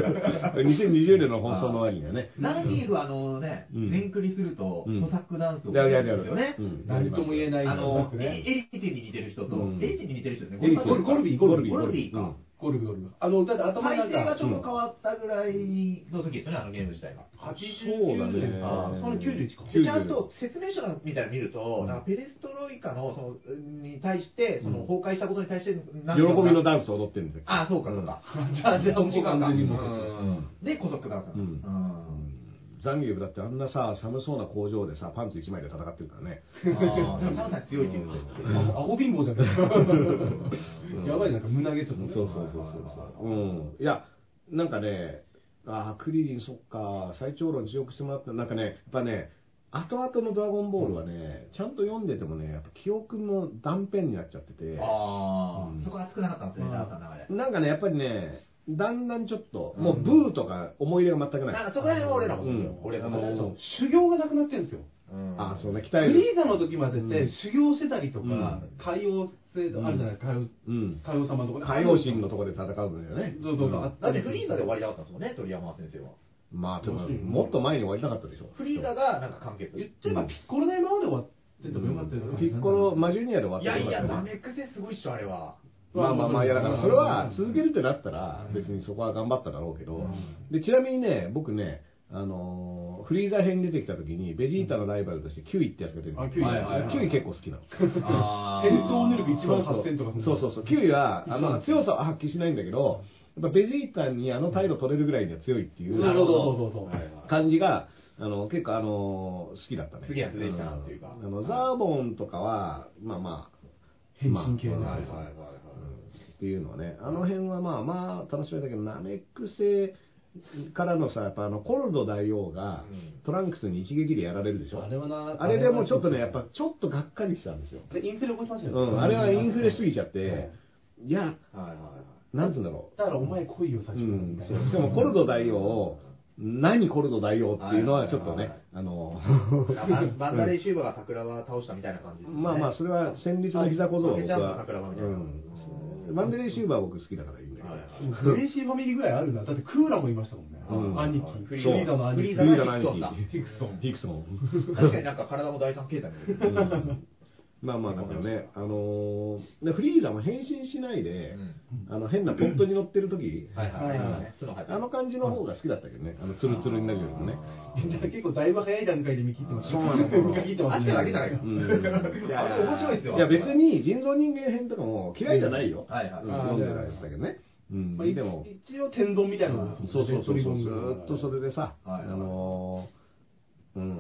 2020年の放送の前にはね。 ザンギエフは全クリすると、コサックダンスをやるんですよね。 何とも言えない。 エリティに似てる人と、エリティに似てる人ですね。 ゴルビーか。 ゴルビー。だって頭体勢がちょっと変わったぐらいの時ですよね、ゲーム自体が。 そうだね。 その91か。 ちゃんと説明書みたいなの見ると、ペレストロイカのに対して、崩壊したことに対して、 喜びのダンスを踊ってるんですよ。 あ、そうか。 じゃあもう完全にもう。で、コソックダンス。 ザンギエフだってあんなさ、寒そうな工場でさ、パンツ1枚で戦ってるからね。 寒さに強いっていうアホ貧乏じゃないやばい、なんか胸毛ちょっと。 そう。いや、なんかね、クリリンそっか、最長老に強くしてもらった。なんかね、やっぱね、後々のドラゴンボールはね、ちゃんと読んでてもね、やっぱ記憶の断片になっちゃってて。 そこは少なかったんですね、ダーさんの中で。 なんかね、やっぱりね、だんだんちょっと、もうブーとか思い入れが全くない。 そこら辺は俺らも修行がなくなってるんですよ。 そうね、鍛える。 フリーザの時までって修行してたりとか、海王星あるじゃないですか、海王様のところで。 海王神のところで戦うんだよね。 そう。だってフリーザで終わりだったんですもんね、鳥山先生は。 まあ、でも、もっと前に終わりたかったでしょ。 フリーザがなんか完結。 言っちゃえばピッコロの今まで終わっててもよかったよね。 ピッコロ、マジュニアで終わっていや、ナメック星すごいっしょ、あれは。 まあ、いやだからそれは続けるってなったら別にそこは頑張っただろうけど、でちなみにね、僕ね、フリーザ編に出てきた時にベジータのライバルとしてキュウイってやつが出てきて、キュウイ結構好きなの。 戦闘能力1万8000とかそう、キュウイは強さは発揮しないんだけど、やっぱベジータに態度取れるぐらいには強いっていう感じが結構好きだったね。 すげえできたなっていうか。 ザーボンとかはまあ変身系のっていうのはね、あの辺はまあ楽しみだけど、ナメック星からのさ、やっぱコルド大王がトランクスに一撃でやられるでしょ。あれでもうちょっとね、やっぱちょっとがっかりしたんですよ。 インフレ起こしましたよね。 あれはインフレしすぎちゃって、いや、なんつうんだろう。 だからお前来いよ、最初。 でもコルド大王、何コルド大王っていうのはちょっとね、 バンダレイシューバーが桜は倒したみたいな感じ。 まあ、それは戦慄の膝小僧は僕は。バンデレイシューバー僕好きだからいいんだけど。 レイシーファミリーぐらいあるんだ。だってクーラもいましたもんね。兄貴。フリーザの兄貴。 フリーザの兄貴。 フィクソン。 確かになんか体も大胆形態に。 まあだからね、フリーザも変身しないで、変なポットに乗ってる時、あの感じの方が好きだったけどね、ツルツルになるよりもね。 結構だいぶ早い段階で見切ってました。 そうなの。 見切ってますね。 あれだけじゃないか。あれ面白いですよ。 いや別に人造人間編とかも嫌いじゃないよ。読んでないですけどね。 でも一応天丼みたいなのそうずっとそれでさ、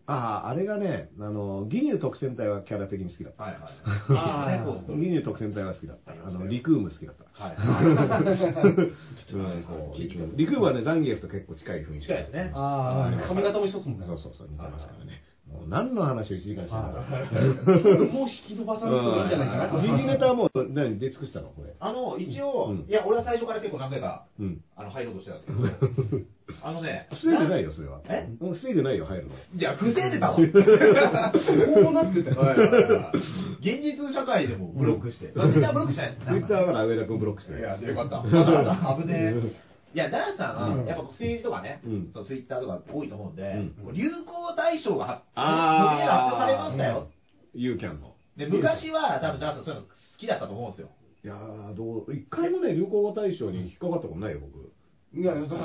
あれがね、義乳特選隊はキャラ的に好きだった。はいはい。義乳特選隊は好きだった。リクーム好きだった。はい。リクームはね、ザンギエフと結構近い雰囲気。 近いですね。 髪型も一緒ですもんね。 そうそうそう、似てますからね。もう何の話を1時間してるんだもう引き伸ばされる人いいんじゃないかな。 時事ネタはもう何出尽くしたのこれ。 一応、いや、俺は最初から結構何回か、入ろうとしてたんですけど、 防いでないよ、それは。防いでないよ、入るの。 いや、防いでたわ。こうなってたよ。 現実社会でもブロックして。ツイッターブロックしないです。 ツイッターから上田君ブロックして。 いや、よかった。危ねえ。いや、ダンさんは、やっぱ政治とかね、ツイッターとか多いと思うんで、流行大賞が発表されましたよ。 ユーキャンの。 で、昔は多分ダンさんそういうの好きだったと思うんですよ。 いやー、一回もね、流行語大賞に引っかかったことないよ、僕。 いや、興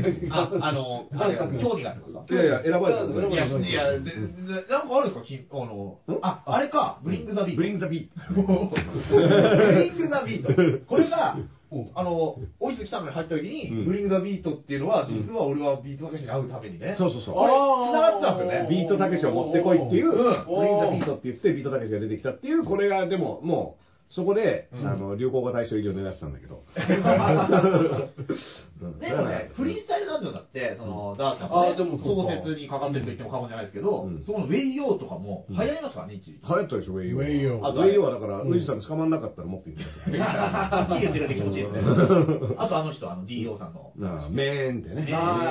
味があってことか。 いやいや、選ばれた。 いや、なんかあるんですかあれか、ブリングザビート。 ブリングザビート。 ブリングザビート。これが、オイス来たのに入った時に、ブリングザビートっていうのは、実は俺はビートたけしに会うためにね。 そうそうそう。 これ、繋がってたんですよね。 ビートたけしを持ってこいっていう、ブリングザビートって言って、ビートたけしが出てきたっていう、これが、でも、もう、そこで、流行語大賞入りを狙ってたんだけど。 でもね、フリースタイルダンジョンだって、ダーさんもね、創設にかかってると言っても過言じゃないですけど、そのウェイヨーとかも流行りますからね、一時。 流行ったでしょ、ウェイヨー。ウェイヨーはだから、ウジさん捕まんなかったらもっと言ってください。いい言ってるって気持ちいいですね。あと人、DO さんの。 メーンってね。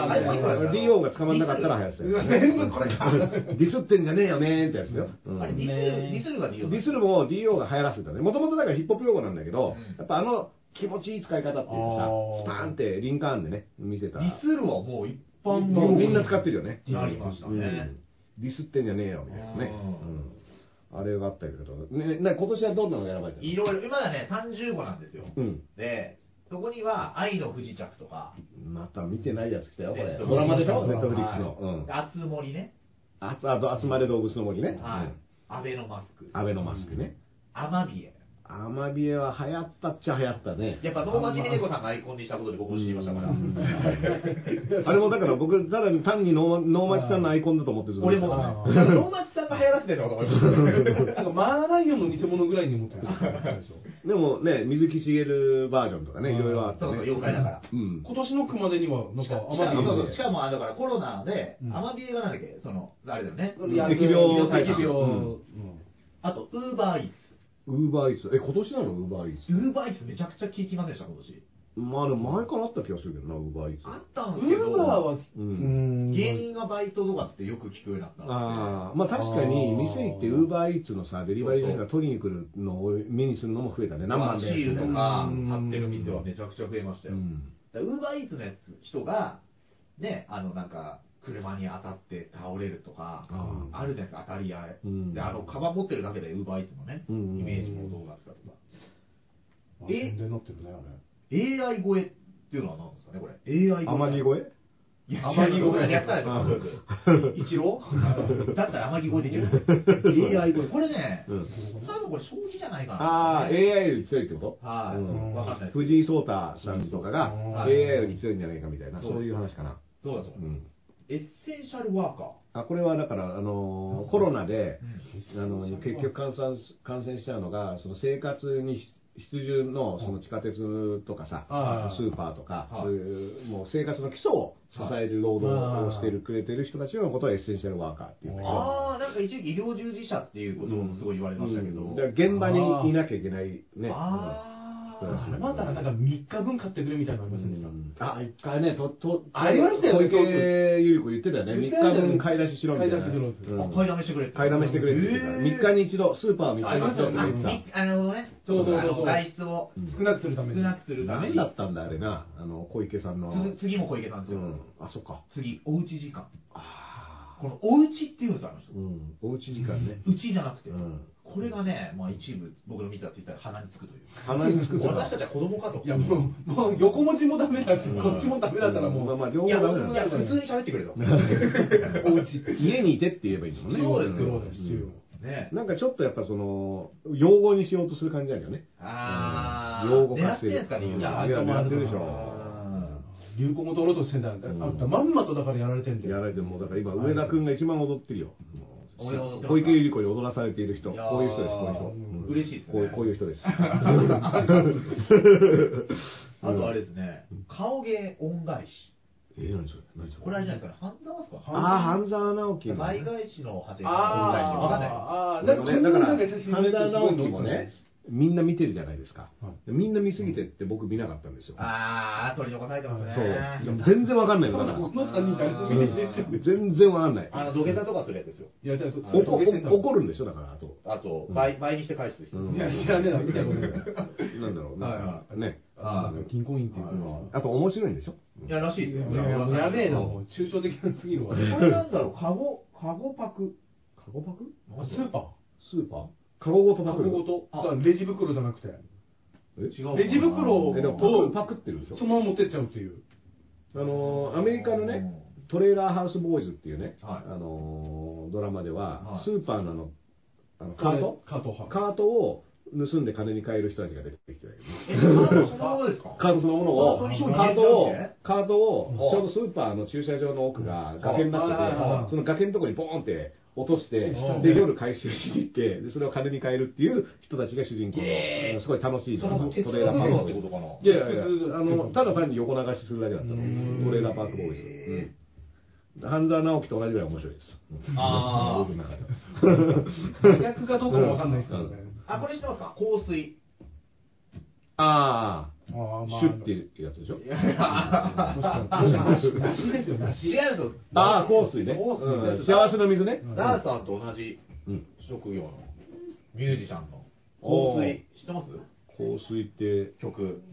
DO が捕まんなかったら流行ってたよ。 全部これか。 ディスってんじゃねえよねーってやつよ。 あれ、ディスルが DO。 ディスルも DO が流行らせたね。もともとだからヒップホップ用語なんだけど、やっぱ気持ちいい使い方っていうかさ、スパーンってリンカーンでね、見せた。 ディスルはもう一般の。みんな使ってるよね。 なりましたね。 ディスってんじゃねえよ、みたいなね。あれがあったけど、今年はどんなのが選ばれたの？ いろいろ、今だね、30号なんですよ。で、そこには愛の不時着とか。 また見てないやつ来たよ、これ。ドラマでしょ？ネットフリックスの。 あつ森ね。 あと、集まれ動物の森ね。 はい。アベノマスク。 アベノマスクね。 アマビエ。 アマビエは流行ったっちゃ流行ったね。 やっぱ能町みね子さんがアイコンにしたことで僕も知りましたから。あれもだから僕、ただ単に能町さんのアイコンだと思ってずっと。 俺も、能町さんが流行らせてるのかと思いました。 マーライオンの偽物ぐらいに思ってる。 でもね、水木しげるバージョンとかね、いろいろあって。 そうそう、妖怪だから。 今年の熊までには、なんか、 アマビエ。しかも、だからコロナで、アマビエがなんだっけ、あれだよね。 疫病。 あと、ウーバーイーツ。 ウーバーイーツ。今年なのウーバーイーツ。 ウーバーイーツめちゃくちゃ聞きませんでした、今年。 まあでも前からあった気がするけどな、ウーバーイーツ。 あったんですけど、 ウーバーは、 芸人がバイトとかってよく聞くようになったまあ確かに、店行ってウーバーイーツのさ、デリバリーの人が取りに来るのを目にするのも増えたね、 何万で。シールとか貼ってる店はめちゃくちゃ増えましたよ。ウーバーイーツの人が、ね、なんか、車に当たって倒れるとか、あるじゃないですか、当たり合い。で、カバン持ってるだけで、ウーバーイーツのね、イメージもどうなったとか。 全然なってるね、あれ。AI 声っていうのは何ですかね、これ。AI 声。 天城声？ 天城声やったら一郎だったら天城声できる。AI 声。これね、多分これ将棋じゃないかな。 AI より強いってこと？ はい。わかんない。 藤井聡太さんとかが AI より強いんじゃないかみたいな、そういう話かな。 そうだと思う。エッセンシャルワーカー。 これはだから、コロナで、結局感染しちゃうのが、その生活に必需のその地下鉄とかさ、スーパーとか、そういうもう生活の基礎を支える労働をしてくれてる人たちのことをエッセンシャルワーカーっていう。 なんか一時期医療従事者っていうこともすごい言われましたけど。 現場にいなきゃいけないね。 またなんか3日分買ってくれみたいなのありませんでした？ 一回ね、 ありましたよね。 小池ゆり子言ってたよね。3日分買い出ししろみたいな。 買いだめしてくれ。 買いだめしてくれって言ってた。3日に一度、スーパーを3日に一度って言ってた。 なるほどね。そう。外出を少なくするために。 ダメだったんだ、あれな。小池さんの。 次も小池さんですよ。 そっか。 次、おうち時間。このおうちっていうんですよ、あの人。 おうち時間ね。 うちじゃなくて。これがね、まあ一部、僕の見たツイッターで鼻につくという。 鼻につくと。 私たちは子供かと。 いや、もう横文字もダメだし、こっちもダメだったらもう。 まあ、両方ダメだ。 いや、普通に喋ってくれと。 おうち。家にいてって言えばいいんだもんね。 そうですよ。 ね、なんかちょっとやっぱ用語にしようとする感じあるよね。用語化してる。 狙ってんすかね、 狙ってるでしょ。 流行語取ろうとしてんだ。あんたまんまとだからやられてんだよ。 やられても、だから今、上田君が一番踊ってるよ。小池百合子に踊らされている人。こういう人です、こういう人。嬉しいですね。 こういう人です。 あとあれですね、顔芸恩返し。 何それこれあれじゃないですかね、半沢ですか？ 半沢直樹の。 倍返しの派生。恩返し。わかんない。 だから、半沢直樹もね、みんな見てるじゃないですか。みんな見すぎてって僕見なかったんですよ。 取り残されてますね。 そう。全然わかんないよ、だから。全然わかんない。 土下座とかするやつですよ。 怒るんでしょ、だから、 あと、倍にして返す人。 いや、知らねえな、見たことない。 なんだろう、ね。 銀行員っていうのは。 あと、面白いんでしょ？ いや、らしいですよ。 やべえな、もう、抽象的なすぎるわ。 これなんだろう、カゴパク。 カゴパク？スーパー？ スーパー？カゴごとパクる。 カゴごと。レジ袋じゃなくて。 違う。レジ袋をパクってるでしょ？ そのまま持ってっちゃうっていう。 アメリカのね、トレーラーハウスボーイズっていうね、ドラマでは、スーパーのカートを盗んで金に換える人たちが出てきてるわけです。 カートそのものですか？ カートそのものを、カートを、ちょうどスーパーの駐車場の奥が崖になってて、その崖のところにボーンって落として、で、夜回収しに行って、で、それを金に換えるっていう人たちが主人公の、すごい楽しいドラマ。トレーラーパークボーイズ。いやいや、ただ単に横流しするだけだったの。トレーラーパークボーイズ。半沢直樹と同じぐらい面白いです。僕の中で。 真逆かどうかもわかんないですからね。 これ知ってますか？香水。 シュッていうやつでしょ？ 梨ですよ、梨。 違うと。 香水ね。幸せの水ね。 ダーさんと同じ職業のミュージシャンの香水知ってます？ 香水って曲。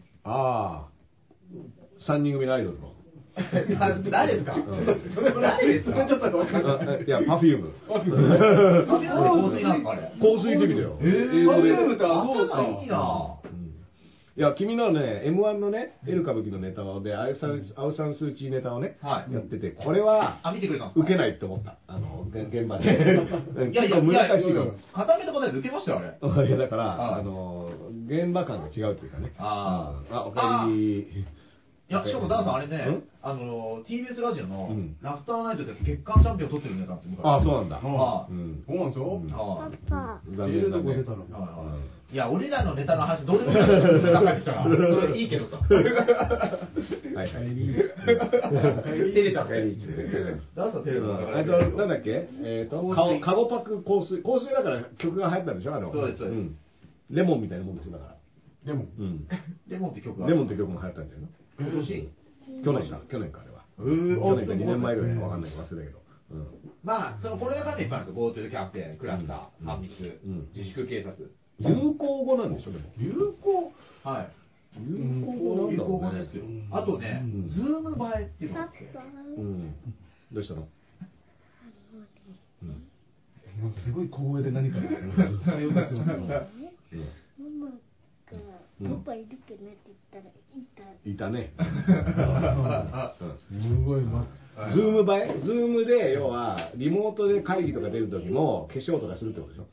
3人組のアイドルの。 誰ですか？誰ですか？ ちょっとわかんない。 いや、パフューム。 パフューム香水なんですか？あれ。 香水的だよ。 パフュームって頭いいな。 いや、君のね、M1 のね、エル歌舞伎のネタで、アウサンスーチーネタをね、やってて、これは、 見てくれたんですか？ 受けないって思った。現場で。 いや、難しいよ。固めと答え受けましたよ、あれ。 いや、だから、現場感が違うっていうかね。おかえり。 いや、しかもダーさんあれね、TBS ラジオのラフターナイトで月間チャンピオンを取ってるネタなんですよ。 そうなんだ。 そうなんですよ。 残念だね。 いや、俺らのネタの話どうでもいいから帰ってきたら、それいいけどさ。 はい。 照れちゃって。ダーさん照れた。 なんだっけカゴパク香水。香水だから曲が流行ったんでしょ？ そうです、そうです。 レモンみたいなもんですよ、だから。 レモン。 レモンって曲レモンって曲も流行ったんだよな。去年かあれは。去年か2年前ぐらいかわかんないけど忘れたけど。 まあ、そのコロナ関連いっぱいあるんですよ。GoTo キャンペーン、クラスター、3密、自粛警察。 流行語なんでしょ、でも。 流行？はい。 流行語なんだろうね。 ですよ。あとね、ズーム映えっていうのがあって。 どうしたの？ すごい小声で何か伝えようとしてますよ。 パパいるかなって言ったらいたね。 すごいズーム映え？ズームで要はリモートで会議とか出る時も化粧とかするってことでしょ？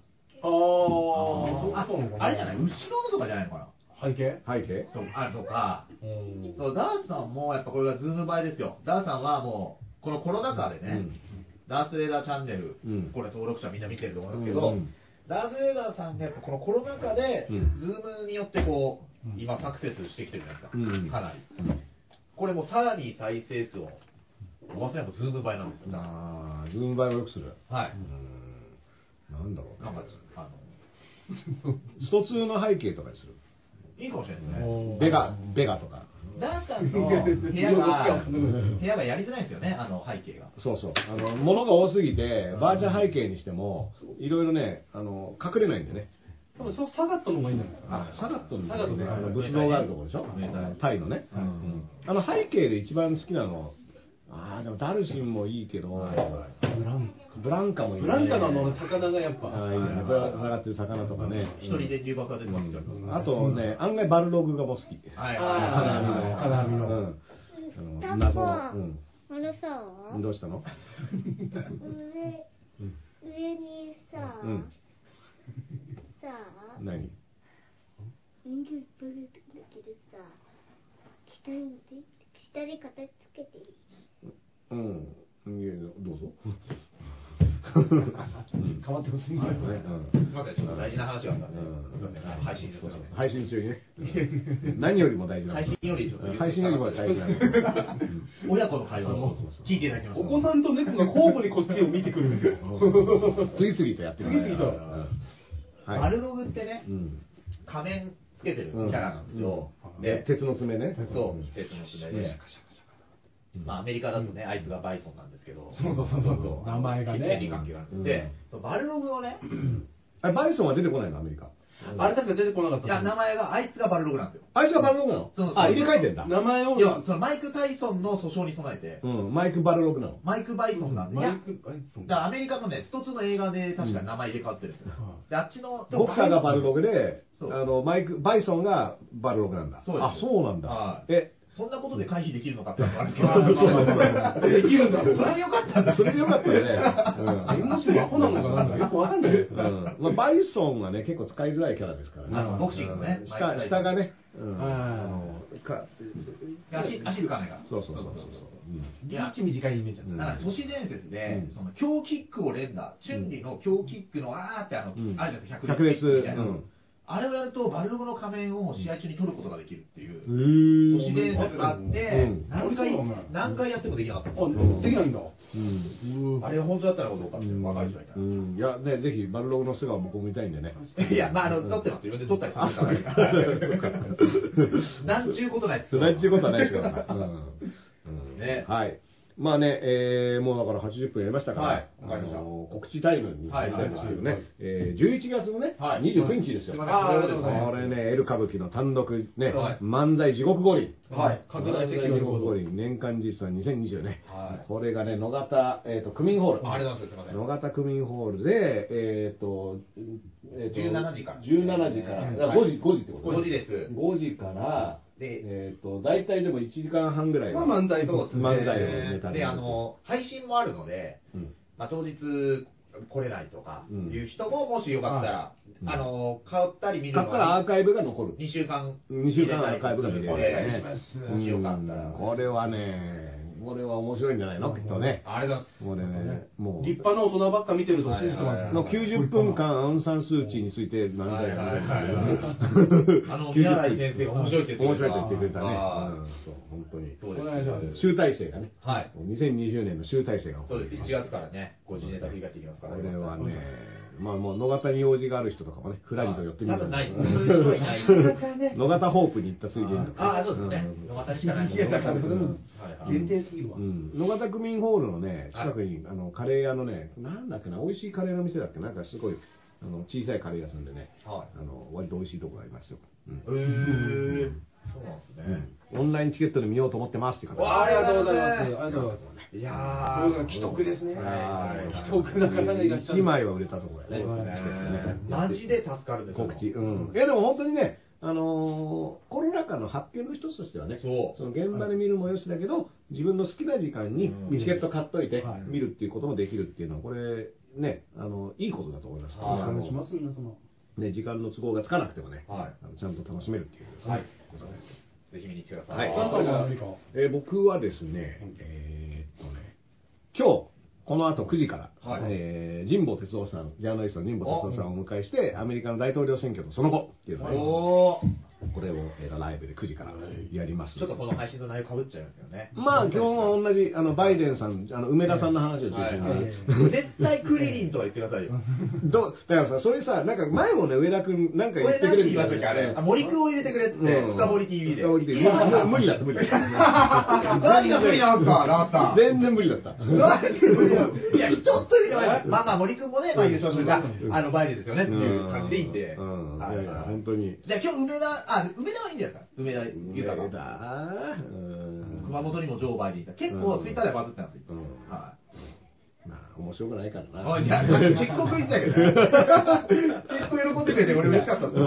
あれじゃない？後ろのとかじゃないのかな？ 背景とか、ダースさんもやっぱこれがズーム映えですよ。ダースさんはもうこのコロナ禍でね、ダースレーダーチャンネル、これ登録者みんな見てると思うんですけど、ダースレーダーさんがやっぱこのコロナ禍で、ズームによってこう、今サクセスしてきてるじゃないですか、かなり。これもさらに再生数を伸ばせないとズーム映えなんですよ。 ズーム映えをよくする。 はい。 なんだろう。 なんかスト2の背景とかにする。 いいかもしれないですね。 ベガとか。 ダーさんの部屋がやりづらいんですよね、背景が。 そうそう。物が多すぎて、バーチャル背景にしても、いろいろね、隠れないんでね。 多分サガットの方がいいんじゃないですか。 サガットの方がいいね。仏像があるところでしょ？タイのね。背景で一番好きなの、でもダルシンもいいけど、ブランカもいいね。 ブランカの魚がやっぱ。 いいね。ぶら下がってる魚とかね。 一人で留学が出てますけど。 あとね、案外バルログがも好き。 金網の。 謎の。どうしたの？ 上にさ、 何？ 人形いっぱいいるんだけどさ、下に人形つけていい？ うん。どうぞ。 変わってほしいんだよね。 まさにちょっと大事な話があったんで、配信中配信中にね。何よりも大事な。 配信よりも大事な。 親子の会話を聞いていただきました。 お子さんと猫が交互にこっちを見てくるんですよ。 次々とやってる。 次々と。 バルログってね、仮面つけてるキャラなんですよ。 鉄の爪ね。 そう、鉄の爪で。まあアメリカだとね、あいつがバイソンなんですけど。 そう。名前がね。 権利関係があって。バルログをね、 バイソンは出てこないの、アメリカ。 あれ確か出てこなかった。 いや、名前が、あいつがバルログなんですよ。 あいつがバルログなの？あ、入れ替えてんだ。 名前を。 いや、そのマイク・タイソンの訴訟に備えて。 マイク・バルログなの？ マイク・バイソンなんで。 マイク・バイソン。 だからアメリカのね、一つの映画で確か名前入れ替わってるんですよ。で、あっちの。 ボクサーがバルログで、マイク・バイソンがバルログなんだ。 そうです。 あ、そうなんだ。 そんなことで回避できるのかってあるんですけど。できるんだ。それはよかったんだ。 それでよかったよね。 弁護士もアホなのかなんだよくわかんないです。 バイソンはね、結構使いづらいキャラですからね。 ボクシングのね。 下がね。 足抜かないから。 そう。 いや、足短いイメージだから都市伝説で、その強キックを連打、春里の強キックのってあるじゃないですか、 百列みたいな。 あれをやるとバルログの仮面を試合中に取ることができるっていう都市伝説があって何回やってもできなかった。 できないんだ。 あれが本当だったらどうかって分かる人はいた。 いやね、ぜひバルログの素顔も僕見たいんでね。 いや、まあ撮ってます。自分で撮ったりするから。なんちゅうことないですよ。 なんちゅうことはないですからね。 はい。まあね、もうだから80分やりましたから、告知タイムに入りたいんですけどね、11月のね、29日ですよ。これね、エル歌舞伎の単独ね、漫才地獄五輪。 拡大的地獄五輪、年間実際2020ね。これがね、野方、区民ホール。 ありがとうございます。 野方区民ホールで、 17時から。 17時から、5時ってことね。5時です。 5時から、大体でも1時間半ぐらいは漫才のネタで、配信もあるので、当日来れないとかいう人ももしよかったら、買ったり見るの買ったらアーカイブが残る。 2週間アーカイブが見れる。 もしよかったら。 これはね、これは面白いんじゃないのきっとね。 ありがとうございます。 もう立派な大人ばっか見てると信じてます。 の90分間アウンサンスーチーについて漫才を宮台先生が面白いって言ってくれたね。本当に。 お願いします。 集大成がね。 はい。 2020年の集大成が。 そうです。1月からね、5時ネタ振り返っていきますから。 これはね、まあもう野方に用事がある人とかもね、ふらりと寄ってみる。 多分ない。 野方ホープに行ったついでに。 そうですね。野方にしかない。 限定すぎるわ。 野方区民ホールのね、近くにカレー屋のね、なんだっけな、美味しいカレーの店だっけ、なんかすごい小さいカレー屋さんでね、割と美味しいところがありますよ。 そうなんですね。 オンラインチケットで見ようと思ってますって方。 ありがとうございます。ありがとうございます。 いや既得ですね。既得な方がいらっしゃる。 1枚は売れたところやね。 マジで助かるんですよ。 告知。いやでも本当にね、コロナ禍の発見の一つとしてはね、その現場で見るもよしだけど、自分の好きな時間にチケット買っといて見るっていうこともできるっていうのは、これね、いいことだと思います。 話します皆様。 ね、時間の都合がつかなくてもね、ちゃんと楽しめるっていう。 はい。ぜひ見に来てください。 僕はですね、今日、この後9時から、神保哲夫さん、ジャーナリストの神保哲夫さんをお迎えして、アメリカの大統領選挙とその後っていうのを、これをライブで9時からやります。 ちょっとこの配信の内容かぶっちゃいますよね。 まあ、基本は同じ、バイデンさん、梅田さんの話を中心に。 絶対クリリンとは言ってくださいよ。 だからさ、それさ、なんか前もね、上田くんなんか言ってくれるんだよね。森くんを入れてくれって、深堀 TV で。 無理だった、無理だった。 何が無理なんすか、ラータン。 全然無理だった。 いや、一つ言えば、まあ森くんもね、優勝するが、バイデンですよねっていう感じでいいんで。いやいや、本当に。 じゃあ今日梅田はいいんじゃないですか。梅田豊。熊本にもジョー・バイデンいた。結構ツイッターでバズってますよ。 まあ、面面白くないからな。 いや、結構言ったけどね。結構喜んでくれて俺嬉しかったです。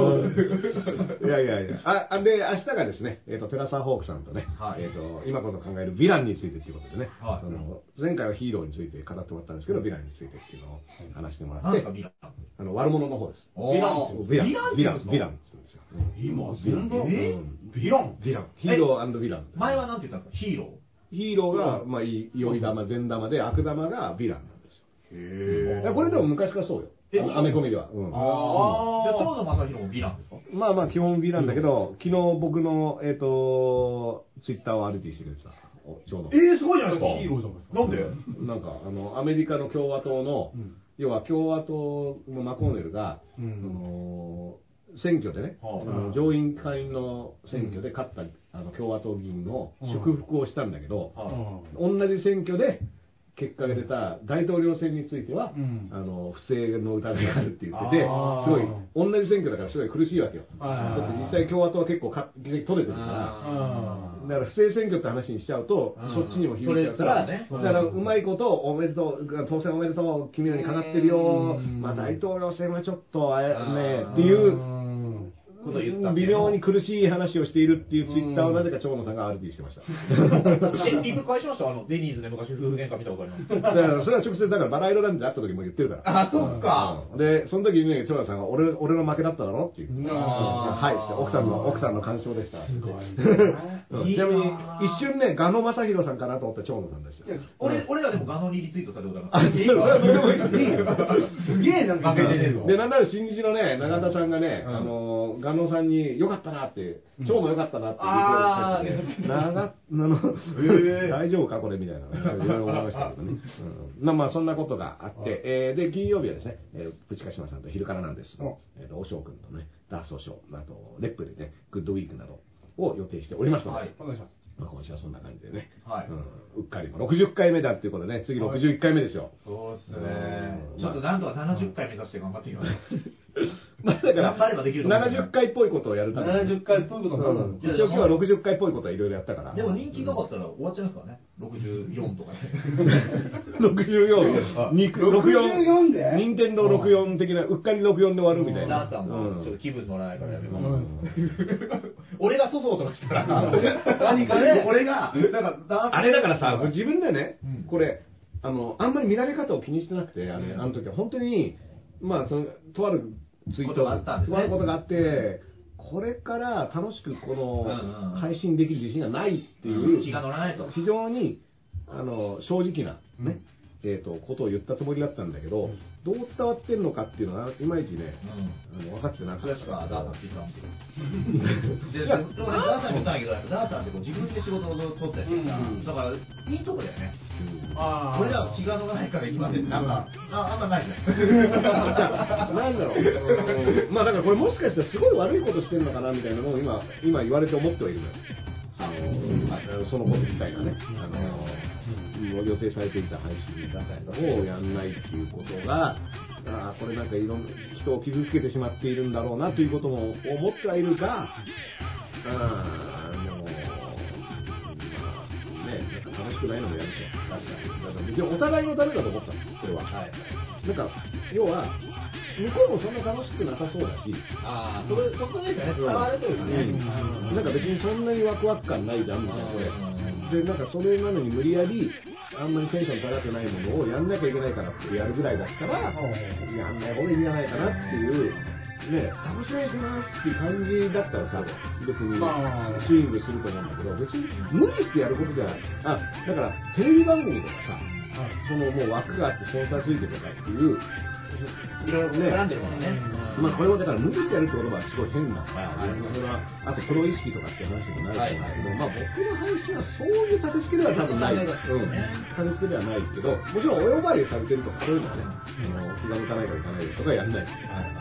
いや。で、明日がですね、テラサホークさんとね、今こそ考えるヴィランについてっていうことでね、前回はヒーローについて語ってもらったんですけど、ヴィランについてっていうのを話してもらって、悪者の方です。 ヴィランって言うんですよ。 今、 ヴィランヒーロー&ヴィラン。 前はなんて言ったんですか？ヒーロー？ ヒーローが、まあ、良い玉、善玉で、悪玉がヴィランなんですよ。これでも昔からそうよ。アメコミでは。 じゃあ、長野正弘もヴィランですか？ まあ、基本ヴィランだけど、昨日僕の、ツイッターを歩いてしてくれてた。ちょうど。 すごいじゃないですか。 ヒーローじゃないですか。 なんで？ なんか、アメリカの共和党の、要は共和党のマコーネルが、選挙でね、上院下院の選挙で勝った共和党議員の祝福をしたんだけど、同じ選挙で結果が出た大統領選については、不正の疑いがあるって言ってて、すごい、同じ選挙だからすごい苦しいわけよ。だって実際共和党は結構取れてるから、だから不正選挙って話にしちゃうと、そっちにも響いちゃうから、だからうまいことおめでとう、当選おめでとう、君らにかかってるよ、まあ大統領選はちょっとね、っていう、微妙に苦しい話をしているっていうツイッターをなぜか長野さんが RT してました。 リプ返しました？デニーズで昔夫婦喧嘩見たことあります。 だからそれは直接だからバラ色ランチで会った時も言ってるから。 あ、そっか。 で、その時にね、長野さんが俺の負けだっただろっていう。はい、奥さんの干渉でした。ちなみに一瞬ね、ガノ正弘さんかなと思った長野さんでした。 俺らでもガノにリツイートされることあります。 すげえなんか出てるの。 で、なんなら新日のね、永田さんがね、ガノさんに良かったなって、超も良かったなって言って大丈夫かこれみたいな、いろいろ思いましたけどね。まあそんなことがあって、で、金曜日はですね、プチカシマさんと昼からなんですが、おしょうくんとね、ダースおしょう、あと、レップでね、グッドウィークなどを予定しておりますので、お願いします。今週はそんな感じでね、うっかり60回目だっていうことでね、次61回目ですよ。 そうっすね。ちょっとなんとか70回目指して頑張っていきます。 まあだから70回っぽいことをやるために 70回っぽいことを今日は60回っぽいことはいろいろやったから。 でも人気なかったら終わっちゃいますからね。64とかね。 64で任天堂64的な、うっかり64で終わるみたいな。 ダーさんもちょっと気分乗らないからやめます。俺が粗相とかしたら、何かね、俺が、 あれだからさ、自分でね、これ、あんまり見られ方を気にしてなくて、あの時は本当に、まあ、とあるツイートがあったとあることがあって、これから楽しくこの配信できる自信がないっていう、 気が乗らないと。 非常に正直なね、ことを言ったつもりだったんだけど、どう伝わってんのかっていうのは、いまいちね、分かってなかった。 それしかダーさんって言ったんですよ。でもね、ダーさん言ったんだけど、ダーさんって自分で仕事を取ったりとか、だから、いいとこだよね。俺らは気が乗らないから行きませんって、なんか、あんまないじゃん。 なんだろう。まあだからこれもしかしたらすごい悪いことしてんのかなみたいなのを今言われて思ってはいるのよ。そのこと自体がね。予定されていた配信だったりをやんないっていうことが、これなんかいろんな人を傷つけてしまっているんだろうなということも思ってはいるが、楽しくないのもやると。確かに。だから別にお互いのためだと思ったんです、これは。なんか、要は、向こうもそんな楽しくなさそうだし。 そこですよね、伝わるというかね。 なんか別にそんなにワクワク感ないじゃん、みたいな、これ。で、なんかそれなのに無理やり、あんまりテンション高くないものをやんなきゃいけないからってやるぐらいだったら、やんない方がいいんじゃないかなっていう、ね、楽しみにしますっていう感じだったらさ、別にスイングすると思うんだけど、別に無理してやることでは、だからテレビ番組とかさ、そのもう枠があってスポンサーついてるとかっていう、 いろいろ絡んでるものね。 まあこれはだから無理してやるって言葉はすごい変だから、それはあとプロ意識とかって話にもなると思うんだけど、まあ僕の配信はそういう立て付けでは多分ない。立て付けではないけど、もちろんお呼ばれされてるとかそういうのはね、気が向かないからいかないですとかやんないし、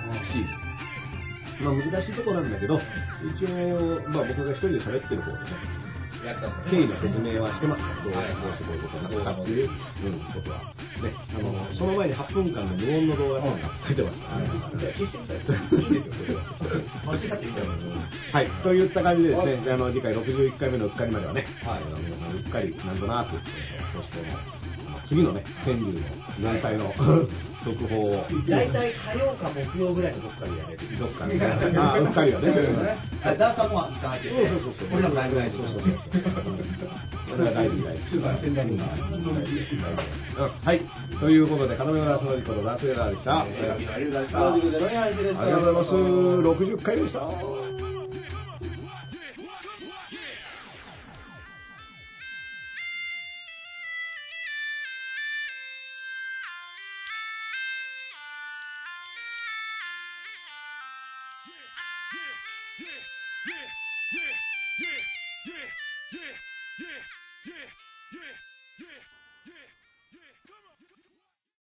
まあ難しいところなんだけど、一応、まあ僕が一人で喋ってる方でね、経緯の説明はしてますから、どうしてこういうことになったかっていうことは。ね、その前に8分間の無音の動画とか書いてますから。消してみたいいいんですよ、これは。はい、といった感じでですね、次回61回目のうっかりまではね、皆さんうっかりなんとなく、投資の次のね、川柳の連載の続報を。 大体火曜か木曜ぐらいのどっかでやれる。 どっかで。ああ、うっかりはね。 ダンサーも時間空けて。そう。俺らもライブライブ。そう。 俺らライブライブ。はい。ということで、金村康則ことダース・エラーでした。ありがとうございます。60回でした。 Yeah.